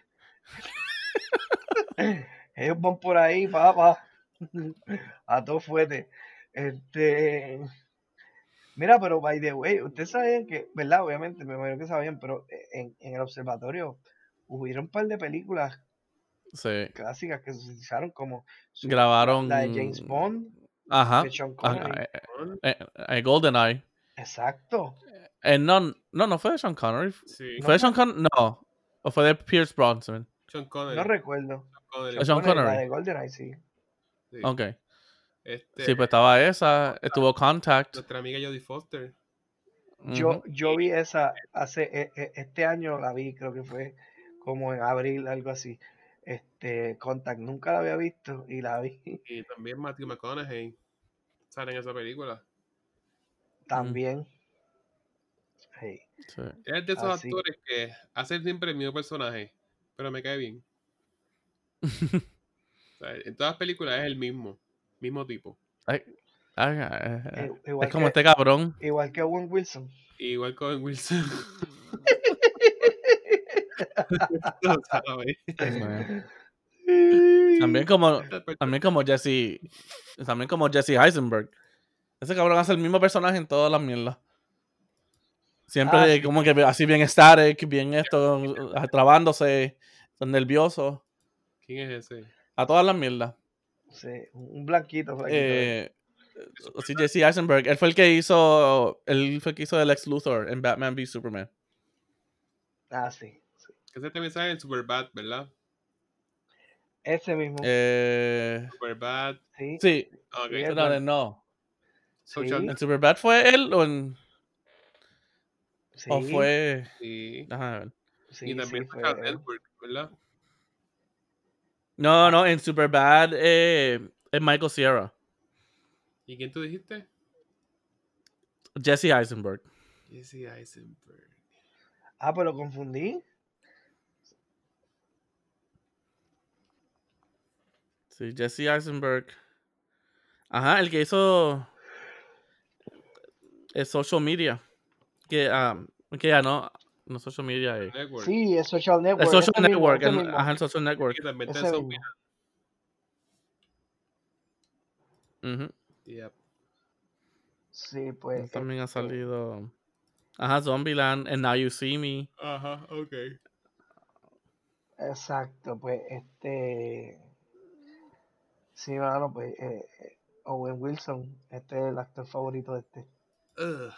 Ellos van por ahí, papá, a todo fuerte. Este, mira, pero by the way, ustedes sabían que, ¿verdad? Obviamente, me imagino que sabían, pero en, en el observatorio hubieron un par de películas Sí. clásicas que se utilizaron como su, la, la de James Grabaron. Bond, de Ajá. Sean ah, Connery. eh, eh, eh, GoldenEye. Exacto. Eh, no, no, no fue de Sean Connery. Sí. No ¿Fue de Sean fue, Connery? No. ¿O fue de Pierce Bronson? Sean no Connery. recuerdo. Sean Connery. ¿De Sean Sean Connery, la Connery? de GoldenEye, sí. Sí. Ok. Este, Sí, pues estaba esa. Estuvo Contact. nuestra amiga Jodie Foster. Yo, Ujú. yo vi esa hace, e- e- este año la vi, creo que fue como en abril, algo así. Este, Contact, nunca la había visto y la vi Y también Matthew McConaughey sale en esa película. Mm, también. Sí, sí. Es de esos así. actores que hacen siempre el mismo personaje, pero me cae bien. O sea, en todas las películas es el mismo, mismo tipo. Ay, ay, ay, ay. I- Es Igual como que, este cabrón. igual que Owen Wilson. Igual con Wilson. Lo sabe. Sí. También como, también como Jesse, también como Jesse Eisenberg. Ese cabrón hace el mismo personaje en todas las mierdas. Ah, Siempre sí, como que así bien static, bien esto, trabándose, son nerviosos. ¿Quién es ese? A todas las mierdas. sí, un blanquito, flaquito ahí. Eh, Sí, Jesse Eisenberg. Él fue el que hizo. Él fue el que hizo el Lex Luthor en Batman v Superman. Ah, sí, sí. Ese también sale en Superbad, ¿verdad? Ese mismo. Eh, Superbad. Sí, sí. Ok. sí, es No, verdad. no. Social Sí, ¿En Superbad fue él o en. O sí, fue. Sí. Déjame ver. Y sí, también sí, Social fue él. Network, ¿verdad? No, Ah, no, en Superbad eh, es Michael Cera. ¿Y quién tú dijiste? Jesse Eisenberg. Jesse Eisenberg. ah, pero confundí. Sí, Jesse Eisenberg. Ajá, el que hizo el social media. Que, ah, que ya no. No social media. eh. Network. Sí, es Social El Network, social ese mismo, network. ese el- mismo, ajá, el social Y network. también está en ese Zombie. mismo. Ujú. Yep. Sí, pues, Él también ha este, salido. Ajá, Zombieland. And Now You See Me. Ajá, ok. exacto, pues, este, sí, mano, pues, eh, eh, Owen Wilson, este es el actor favorito de este. Ugh.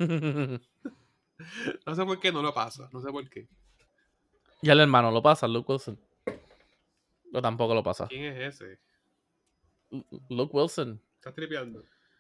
No sé por qué no lo pasa. No sé por qué. Y el hermano lo pasa, Luke Wilson. O tampoco lo pasa. ¿Quién es ese? L- Luke Wilson. ¿Estás tripeando?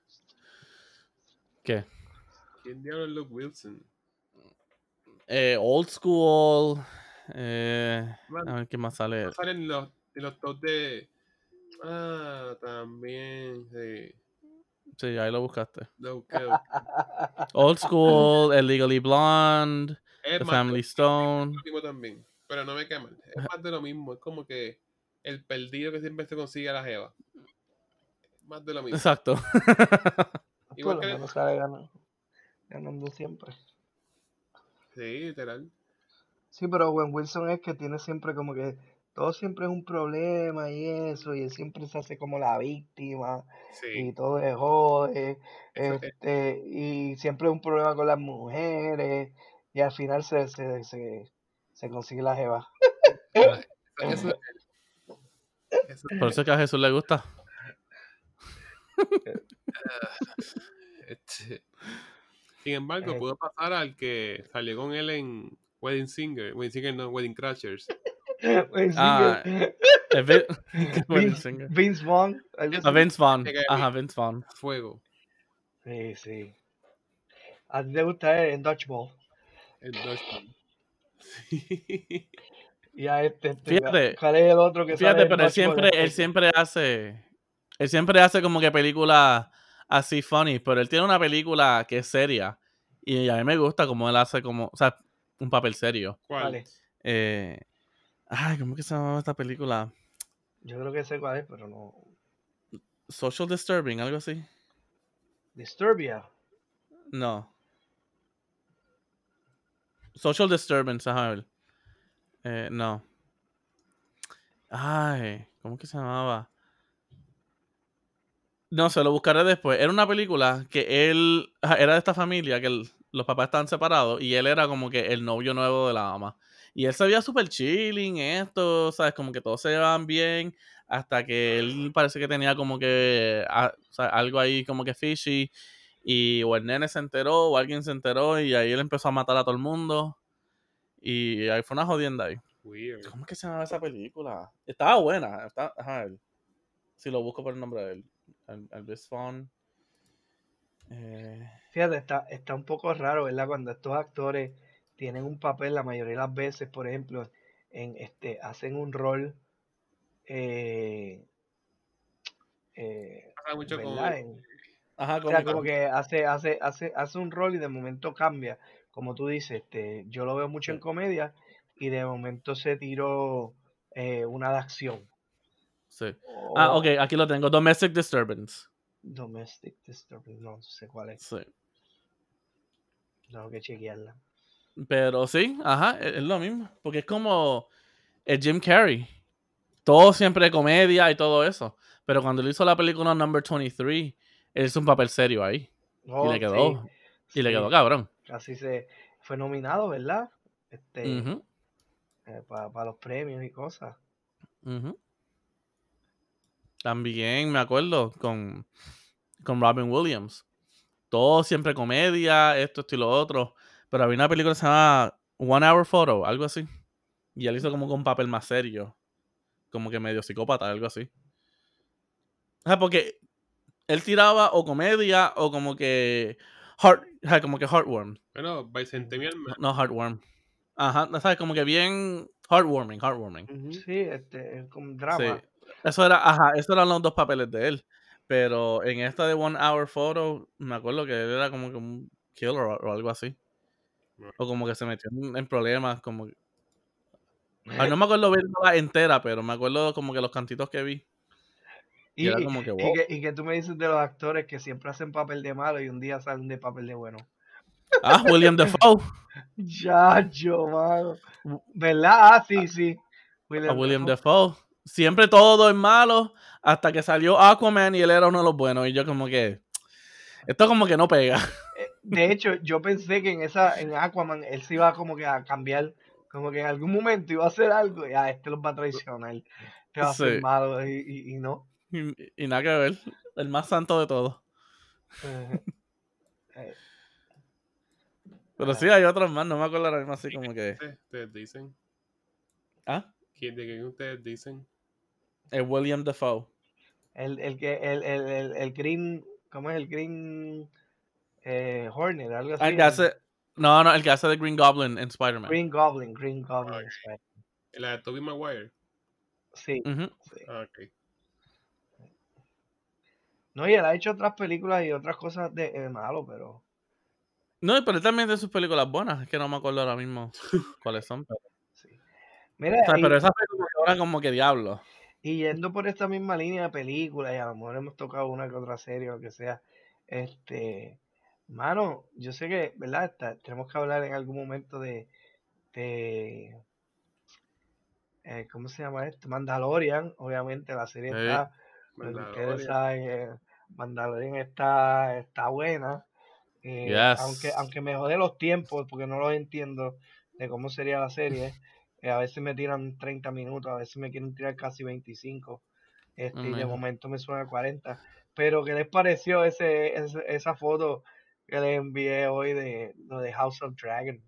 ¿Qué? ¿Quién diablos es Luke Wilson? Eh, old School. Eh, Man, a ver qué más sale. no salen los, en los top de. Ah, también. Sí. Sí, ahí lo buscaste. Lo busqué, lo busqué. Old School, Illegally Blonde, Es The más de Family lo Stone. mismo también. Pero no me queda mal. Es más de lo mismo. Es como que el perdido que siempre se consigue a la jeva. Más de lo mismo. Exacto. Por Igual lo que. menos sale ganando, ganando siempre. Sí, literal. Sí, pero Owen Wilson es que tiene siempre como que todo siempre es un problema y eso, y él siempre se hace como la víctima y Sí. todo es jode, Eso es. este, y siempre es un problema con las mujeres, y al final se, se, se, se consigue la jeva. ah, Eso, eso, eso- Por eso es que a Jesús le gusta. este, Sin embargo, Eh, pudo pasar al que salió con él en Wedding Singer. Wedding Singer no, Wedding Crashers. Vince Ah, Singer, es Vin- Wedding Vince, Singer. Vince Vaughn, algo A así. Vince Vaughn. Me cae Ajá, bien. Vince Vaughn. Fuego. Sí, sí. ¿A ti te gusta él en Dodgeball? El Dodgeball. Sí. Y a este, este, Fíjate, ¿cuál es el otro que sale fíjate, en pero él Dodgeball? siempre, él Este, siempre hace, él siempre hace como que películas así funny, pero él tiene una película que es seria y a mí me gusta como él hace como, o sea, un papel serio. ¿cuál ¿Cuál? es? Eh, ay, ¿cómo que se llama esta película? Yo creo que sé cuál es, pero no. Social Disturbing, algo así. Disturbia. No. Social Disturbance, ajá, ver. Eh, no. Ay, ¿cómo que se llamaba? No sé, lo buscaré después. Era una película que él ajá, era de esta familia, que el- los papás estaban separados y él era como que el novio nuevo de la mamá. Y él se veía súper chilling, esto, ¿sabes? Como que todos se llevaban bien, hasta que él parece que tenía como que ah, o sea, algo ahí como que fishy. Y o el nene se enteró o alguien se enteró y ahí él empezó a matar a todo el mundo. Y ahí fue una jodienda ahí. Weird. ¿Cómo es que se llamaba esa película? Estaba buena. Está, ajá, si lo busco por el nombre de él. El, el Vince Vaughn. Eh, Fíjate, está, está un poco raro, ¿verdad? Cuando estos actores tienen un papel, la mayoría de las veces, por ejemplo, en este, hacen un rol, eh, eh, Pasa mucho con. ¿verdad? En- ajá, o sea, cómico. como que hace, hace, hace, hace un rol y de momento cambia. Como tú dices, este, yo lo veo mucho Sí. en comedia y de momento se tiró eh, una de acción. sí. Ah, ok, O aquí lo tengo. Domestic Disturbance. Domestic Disturbance, no sé cuál es. Sí. Tengo que chequearla. Pero sí, ajá, es, es lo mismo. Porque es como el Jim Carrey. Todo siempre comedia y todo eso. Pero cuando él hizo la película Number veintitrés, él hizo un papel serio ahí. Y le Oh, sí, quedó. Y le sí, quedó cabrón. así se fue nominado, ¿verdad? Este, Ujú, eh, para los premios y cosas. ujú. También me acuerdo con, con Robin Williams. Todo siempre comedia, esto, esto y lo otro. Pero había una película que se llama One Hour Photo, algo así. Y él hizo como con un papel más serio. Como que medio psicópata, algo así. O sea, porque él tiraba o comedia o como que heart, o sea, como que heartworm. Bueno, Bicentennial No, Man. no heartworm. Ajá, ¿sabes? Como que bien heartwarming, heartwarming. Ujú. Sí, este, es como un Sí. drama. Eso era, ajá, esos eran los dos papeles de él. Pero en esta de One Hour Photo, me acuerdo que él era como que un killer o, o algo así. O como que se metió en, en problemas, como que... Ay, no me acuerdo verla entera, pero me acuerdo como que los cantitos que vi. Y era Y, como que, y, wow. que, y que tú me dices de los actores que siempre hacen papel de malo y un día salen de papel de bueno. Ah, William Dafoe. Ya, yo, mano. W- ¿Verdad? Ah, sí, sí. A William William Dafoe. Dafoe. Siempre todo es malo, hasta que salió Aquaman y él era uno de los buenos. Y yo como que, esto como que no pega. Eh, De hecho, yo pensé que en esa, en Aquaman, él se iba como que a cambiar, como que en algún momento iba a hacer algo y ah, este los va a traicionar, este va a ser Sí. malo y, y, y no. Y, y nada que ver. El más santo de todos. Eh, eh, Pero sí, ah, hay otros más. No me acuerdo ahora mismo así como que... Ustedes ustedes dicen. ¿Ah? ¿Quién- ¿De quién ustedes dicen? El William Dafoe. el, el que, el, el, el, el Green, ¿cómo es el Green eh, Hornet? Algo Ah, así. el que El hace... No, no, el que hace de Green Goblin en Spider-Man. Green Goblin, Green Goblin. Ok. Spider- La de Tobey Maguire. Sí, Ujú. sí. Ah, ok. No, y él ha hecho otras películas y otras cosas de eh, malo, pero No, pero él también de sus películas buenas. Es que no me acuerdo ahora mismo cuáles son. Pero, sí. Mira, o sea, pero y, esas películas ahora como que diablo. y yendo por esta misma línea de películas, y a lo mejor hemos tocado una que otra serie o lo que sea, este, mano, yo sé que, ¿verdad? Está- tenemos que hablar en algún momento de, de eh, ¿cómo se llama esto? Mandalorian, obviamente la serie Sí. está, pues ustedes Mandalorian. saben, eh, Mandalorian está, está buena, eh, aunque, Yes. aunque me jode los tiempos, porque no los entiendo de cómo sería la serie, eh, a veces me tiran treinta minutos, a veces me quieren tirar casi veinticinco, este, y de Mijo. momento me suena cuarenta, pero ¿qué les pareció ese, ese- esa foto que les envié hoy de lo de House of Dragon?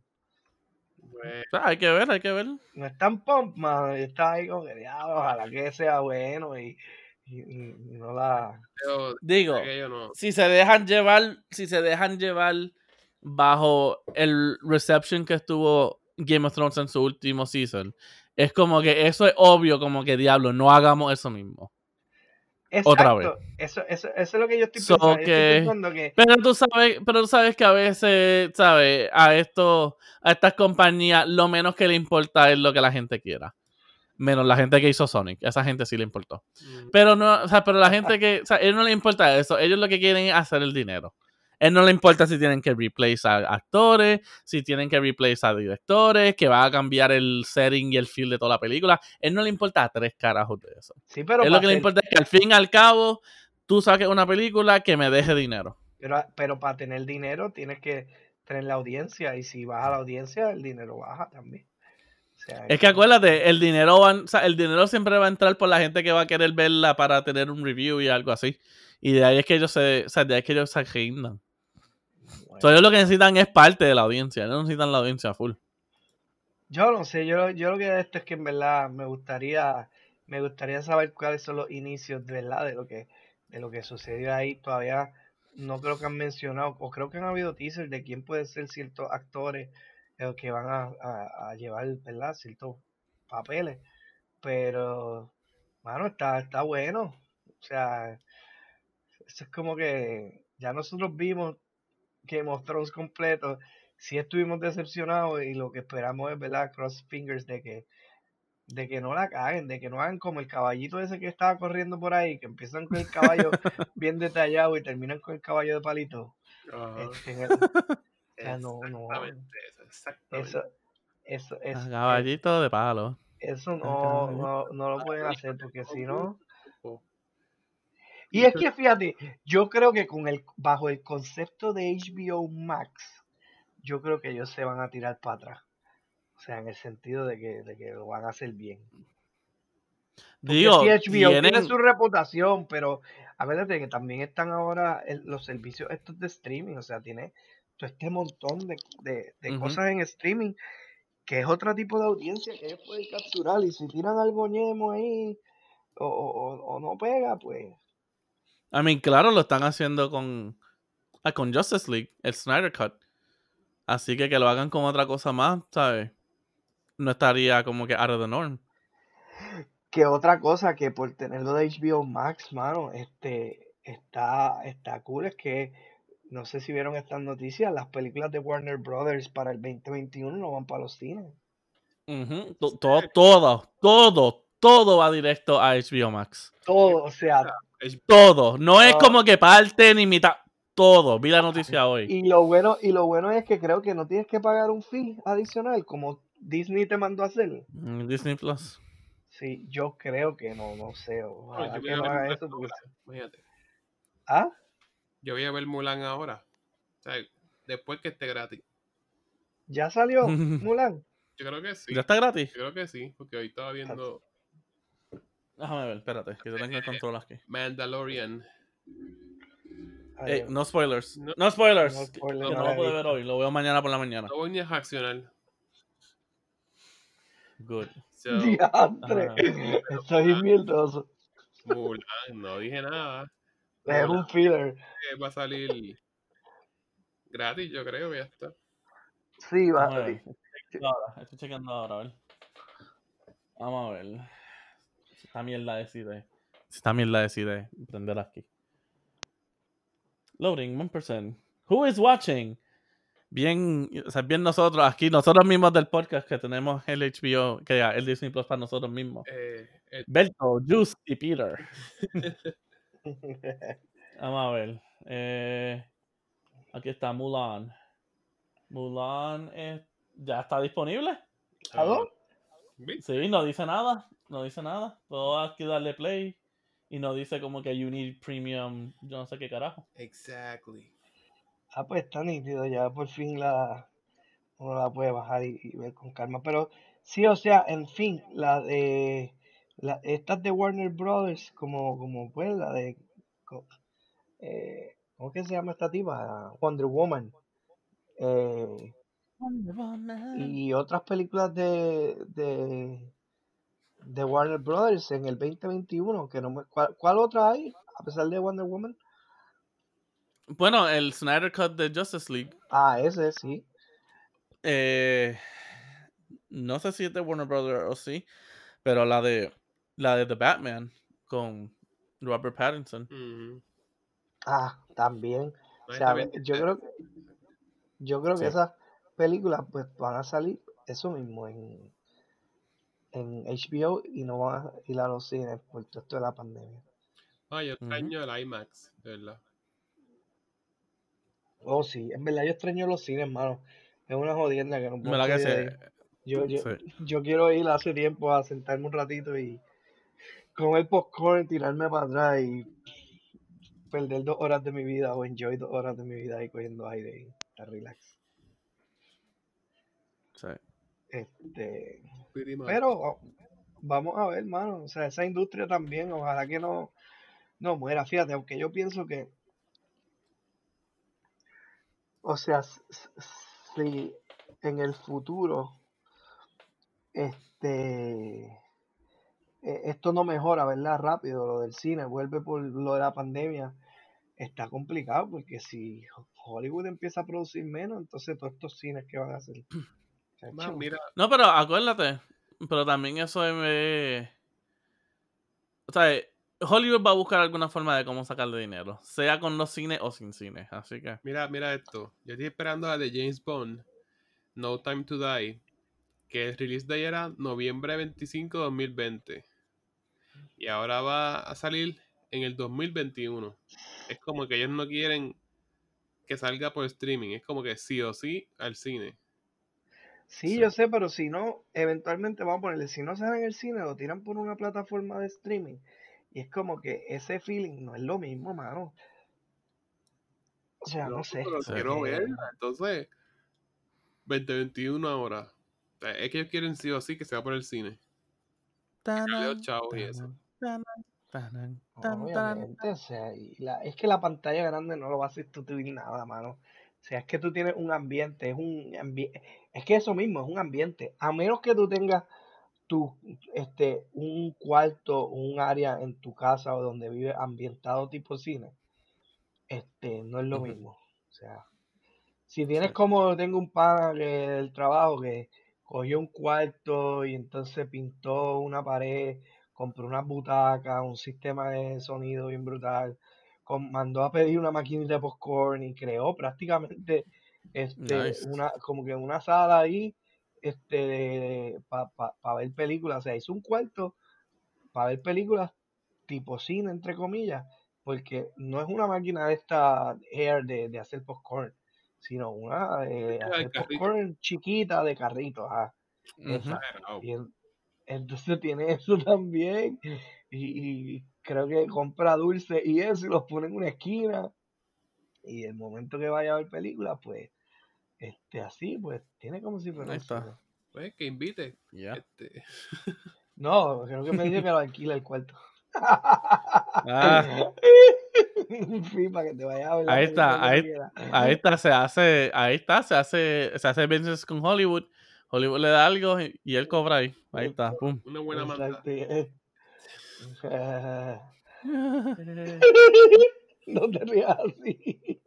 Bueno, O sea, hay que ver, hay que ver. No es tan pump, mano. Yo estaba ahí con que diablo, ojalá que sea bueno y, y, y- y no la. yo, Digo, aquello no. si se dejan llevar, si se dejan llevar bajo el reception que estuvo Game of Thrones en su último season, es como que eso es obvio, como que diablo, no hagamos eso mismo. Otra vez. Exacto, eso, eso, eso es lo que yo estoy So pensando. Yo estoy que, pensando que. pero tú sabes, pero tú sabes que a veces, ¿sabes? A esto, a estas compañías, lo menos que le importa es lo que la gente quiera. Menos la gente que hizo Sonic. Esa gente sí le importó. Mm, Pero no, o sea, pero la gente que, o sea, a ellos no le importa eso. Ellos lo que quieren es hacer el dinero. A él no le importa si tienen que replace a actores, si tienen que replace a directores, que va a cambiar el setting y el feel de toda la película. A él no le importa a tres carajos de eso. Sí, pero Él lo para que le hacer. importa es que al fin y al cabo tú saques una película que me deje dinero. Pero, pero para tener dinero tienes que tener la audiencia. Y si baja la audiencia, el dinero baja también. O sea, Es que eso. acuérdate, el dinero, va, o sea, el dinero siempre va a entrar por la gente que va a querer verla para tener un review y algo así. Y de ahí es que ellos se, o sea, de ahí es que ellos se rindan. Bueno, So, ellos lo que necesitan es parte de la audiencia, no necesitan la audiencia full. yo no sé, yo, yo lo que de esto es que en verdad me gustaría, me gustaría saber cuáles son los inicios de verdad de lo que, de lo que sucedió ahí. Todavía no creo que han mencionado, o creo que han habido teasers de quién pueden ser ciertos actores eh, que van a, a- a llevar, ¿verdad? Ciertos papeles. Pero, mano, está, está bueno. O sea, eso es como que ya nosotros vimos Game of Thrones completo. Sí estuvimos decepcionados y lo que esperamos es, ¿verdad? Cross fingers de que de que no la caguen, de que no hagan como el caballito ese que estaba corriendo por ahí, que empiezan con el caballo bien detallado y terminan con el caballo de palito. ajá. Este, en el- o sea, no, no, Exactamente eso, exactamente. eso, eso, A es, eh, caballito de palo. eso A no, caballito. no, no lo pueden hacer porque si no. Oh, Y es que fíjate, yo creo que con el, bajo el concepto de H B O Max, yo creo que ellos se van a tirar para atrás. O sea, en el sentido de que, de que lo van a hacer bien. Porque Digo, sí, H B O tiene tienen... su reputación, pero acuérdate que también están ahora el- los servicios estos de streaming, o sea, tiene todo este montón de, de, de Ujú. cosas en streaming, que es otro tipo de audiencia que ellos pueden capturar, y si tiran algo ñemo ahí, o, o, o- o no pega, pues, I mean, claro, lo están haciendo con, ah, con Justice League, el Snyder Cut. Así que que lo hagan con otra cosa más, ¿sabes? No estaría como que out of the norm. que otra cosa que por tenerlo de H B O Max, mano, este, está, está cool, es que, no sé si vieron estas noticias, las películas de Warner Brothers para el veinte veintiuno no van para los cines. Ujú. To- to- Todo, todo, todo va directo a H B O Max. Todo, o sea, Es- Todo. No es ah, como que parte ni mitad. Todo. Vi la noticia hoy. y lo bueno, y lo bueno es que creo que no tienes que pagar un fee adicional, como Disney te mandó a hacer. Mm, Disney Plus. Sí, yo creo que no, no sé, no, ojalá yo voy que a no ver haga Mulan eso, porque... ahora, imagínate. ¿Ah? Yo voy a ver Mulan ahora. O sea, después que esté gratis. ¿Ya salió ¿Ya Mulan? Yo creo que sí. está gratis? Yo creo que sí, porque hoy estaba viendo Déjame ver, espérate, que yo tengo el control aquí. Mandalorian. Ay, Ey, no spoilers. No, No spoilers. no, que spoiler, que no no la lo he pude ver visto. hoy. Lo veo mañana por la mañana. no voy ni a reaccionar. Good. So, Diantre, Ajá. estoy bien mierdoso. Mulan, no dije nada. Es Mulan un filler. eh, va a salir gratis, yo creo, ya está. Sí, va. Déjame ver. Estoy chequeando ahora. Estoy chequeando ahora, a ver. Vamos a ver. Si esta mierda decide. Si esta mierda decide prender aquí. Loading, one percent. Who is watching? Bien, o sea, bien nosotros aquí, nosotros mismos del podcast que tenemos el H B O, que ya, el Disney Plus para nosotros mismos. Eh, el- Berto, Juice y Peter. Vamos a ver. Eh, aquí está Mulan. Mulan eh, ya está disponible. ¿A dónde? ¿Viste? Sí, no dice nada. No dice nada. Puedo aquí darle play. Y no dice como que you need premium. Yo no sé qué carajo. Exactly. Ah, pues está nítido, ya por fin la uno la puede bajar y, y ver con calma. Pero sí, o sea, en fin, la de la, estas de Warner Brothers, como, como pues la de co- eh, ¿cómo que se llama esta tipa? Wonder Woman. eh, y otras películas de, de, de Warner Brothers en el veinte veintiuno, que no me, ¿cuál, cuál otra hay? A pesar de Wonder Woman. Bueno, el Snyder Cut de Justice League. Ah, ese sí. Eh, no sé si es de Warner Brothers o sí. Pero la de la de The Batman con Robert Pattinson. Ujú. Ah, también. O No, sea, está a bien. ver, yo creo, yo creo que Sí. esas películas pues van a salir eso mismo en, en H B O y no van a ir a los cines por todo esto de la pandemia. Ah, yo Ujú. extraño el IMAX, de verdad. Oh, sí, en verdad yo extraño los cines, mano. Es una jodienda que no puedo ¿Verdad que salir de ahí. sí? Yo, yo, Sí. yo quiero ir hace tiempo a sentarme un ratito y comer popcorn, tirarme para atrás y perder dos horas de mi vida o enjoy dos horas de mi vida ahí cogiendo aire y estar relax. Sí. Este, Pretty much. pero oh, vamos a ver, mano. O sea, esa industria también, ojalá que no, no muera. Fíjate, aunque yo pienso que, o sea, s- s- si en el futuro, este, eh, esto no mejora, ¿verdad? Rápido, lo del cine, vuelve por lo de la pandemia, está complicado porque si Hollywood empieza a producir menos, entonces todos estos cines que van a hacer, Más, chacho. mira, No, pero acuérdate. Pero también eso es. eh, O sea, Hollywood va a buscar alguna forma de cómo sacarle dinero. Sea con los cines o sin cines. Así que. mira, mira esto. Yo estoy esperando la de James Bond, No Time to Die, que el release de ahí era noviembre veinticinco de dos mil veinte. Y ahora va a salir en el dos mil veintiuno. Es como que ellos no quieren que salga por streaming. Es como que sí o sí al cine. Sí, Sí. yo sé, pero si no, eventualmente vamos a ponerle, si no sale en el cine, lo tiran por una plataforma de streaming. Y es como que ese feeling no es lo mismo, mano. O sea, no No, sé, pero Sí. quiero porque verla. Entonces, veinte veintiuno ahora. O sea, es que ellos quieren sí o sí que sea por el cine. Leo Chao y eso. Obviamente, o sea, y la, es que la pantalla grande no lo va a sustituir nada, mano. O sea, es que tú tienes un ambiente, es un ambiente, es que eso mismo, es un ambiente. A menos que tú tengas tu, este, un cuarto, un área en tu casa o donde vives ambientado tipo cine, este, no es lo Ujú. mismo. O sea, si tienes Sí. como tengo un pana que del trabajo que cogió un cuarto y entonces pintó una pared, compró unas butacas, un sistema de sonido bien brutal, con- mandó a pedir una maquinita de popcorn y creó prácticamente este Nice. una como que una sala ahí este para pa, pa ver películas, o sea, hizo un cuarto para ver películas tipo cine, entre comillas, porque no es una máquina de esta Air de, de hacer popcorn, sino una de Era el hacer carrito. popcorn chiquita de carrito, ajá, Ujú. esa. Exagerado. Y en- entonces tiene eso también, y, y creo que compra dulce y eso, y los pone en una esquina, y el momento que vaya a ver películas, pues, este, así, pues, tiene como si fuera Ahí un cine. está. Pues que invite. Ya. Este, No, creo que me dice que lo alquila el cuarto. Ah, Sí, para que te vayas a ver la ahí película está, que tú ahí, quieras. ahí está, se hace, ahí está, se hace, se hace business con Hollywood. Hollywood le da algo y, y él cobra ahí. Ahí está, pum. una buena manda. Exacto. No te rías así.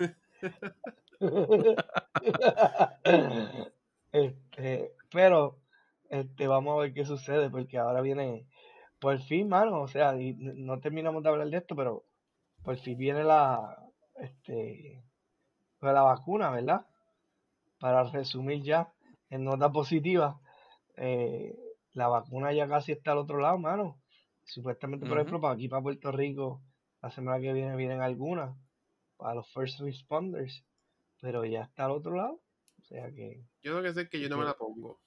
Este, pero este, vamos a ver qué sucede, porque ahora viene, por fin, mano, o sea, y n- no terminamos de hablar de esto, pero por fin viene la, este, pues la vacuna, ¿verdad? Para resumir ya, en nota positiva, eh, la vacuna ya casi está al otro lado, mano. Supuestamente, por ejemplo, Ujú. para aquí, para Puerto Rico, la semana que viene vienen algunas, para los first responders, pero ya está al otro lado. O sea que, Yo tengo que sé que yo y no me que la pongo.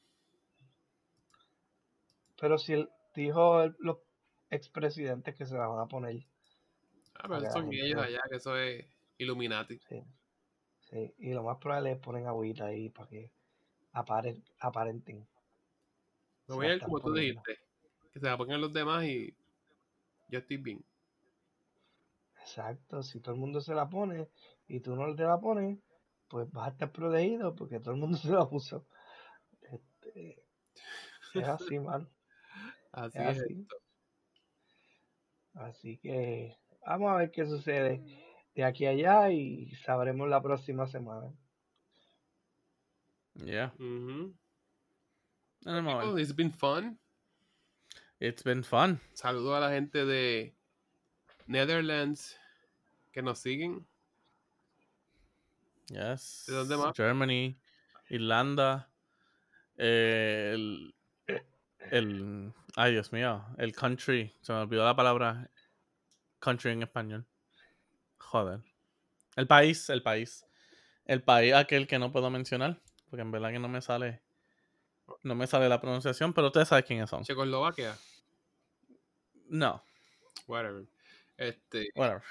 pero si el, dijo el- los expresidentes que se la van a poner Ah, para pero que la son ellos gente, allá, que eso es Illuminati. sí, sí, y lo más probable es poner agüita ahí para que aparen- aparenten, Me se voy la a ir están como tú poniendo. dijiste. Que se la pongan los demás y yo estoy bien. Exacto, si todo el mundo se la pone y tú no te la pones, pues vas a estar protegido porque todo el mundo se la puso. Este, es así, man, es Así es. así. Así que vamos a ver qué sucede de aquí a allá y sabremos la próxima semana. Yeah. Ujú. Vamos a ver. People, it's been fun. It's been fun. Saludo a la gente de Netherlands que nos siguen. Yes. ¿De dónde más? Germany, Irlanda, eh, el, el, ay Dios mío, el country, se me olvidó la palabra country en español. Joder. El país, el país. El país aquel que no puedo mencionar, porque en verdad que no me sale, no me sale la pronunciación, pero ustedes saben quiénes son. Checoslovaquia. No, Whatever. Este, whatever.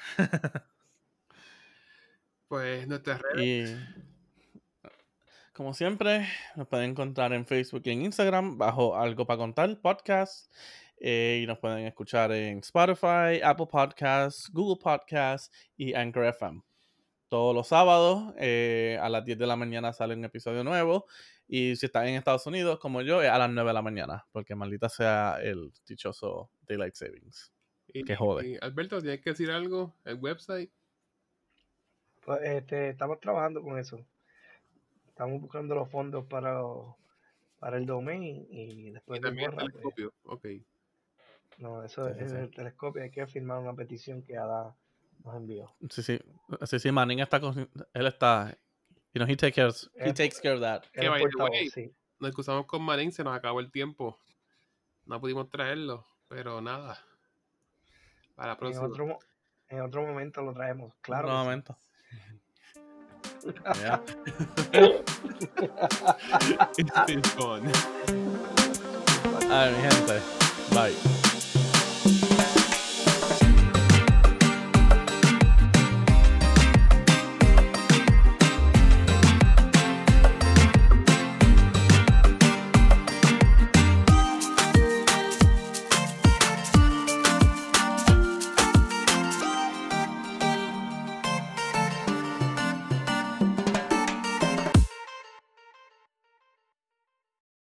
pues nuestras redes. Y como siempre, nos pueden encontrar en Facebook y en Instagram bajo Algo para Contar Podcast. Eh, y nos pueden escuchar en Spotify, Apple Podcasts, Google Podcasts y Anchor F M. Todos los sábados eh, a las diez de la mañana sale un episodio nuevo. Y si están en Estados Unidos, como yo, es a las nueve de la mañana. Porque maldita sea el dichoso Daylight Savings. Y, Que jode. y, Alberto, ¿tienes que decir algo? El website. Pues este, estamos trabajando con eso. Estamos buscando los fondos para, para el domain y Y después que también el corra, pues, telescopio. Ok. no, eso Sí, es sí, sí. el telescopio, hay que firmar una petición que Ada nos envió. Sí, sí. Sí, sí, Manning está con... Él está... You know, he, take cares, he Él, takes care of that. él Que es by the portavoz, way, sí. nos cruzamos con Marín, se nos acabó el tiempo. No pudimos traerlo, pero nada. Para la En próxima. otro, mo- en otro momento lo traemos, claro Otro que sí. momento. Yeah. It's been fun. A ver, mi gente. Bye.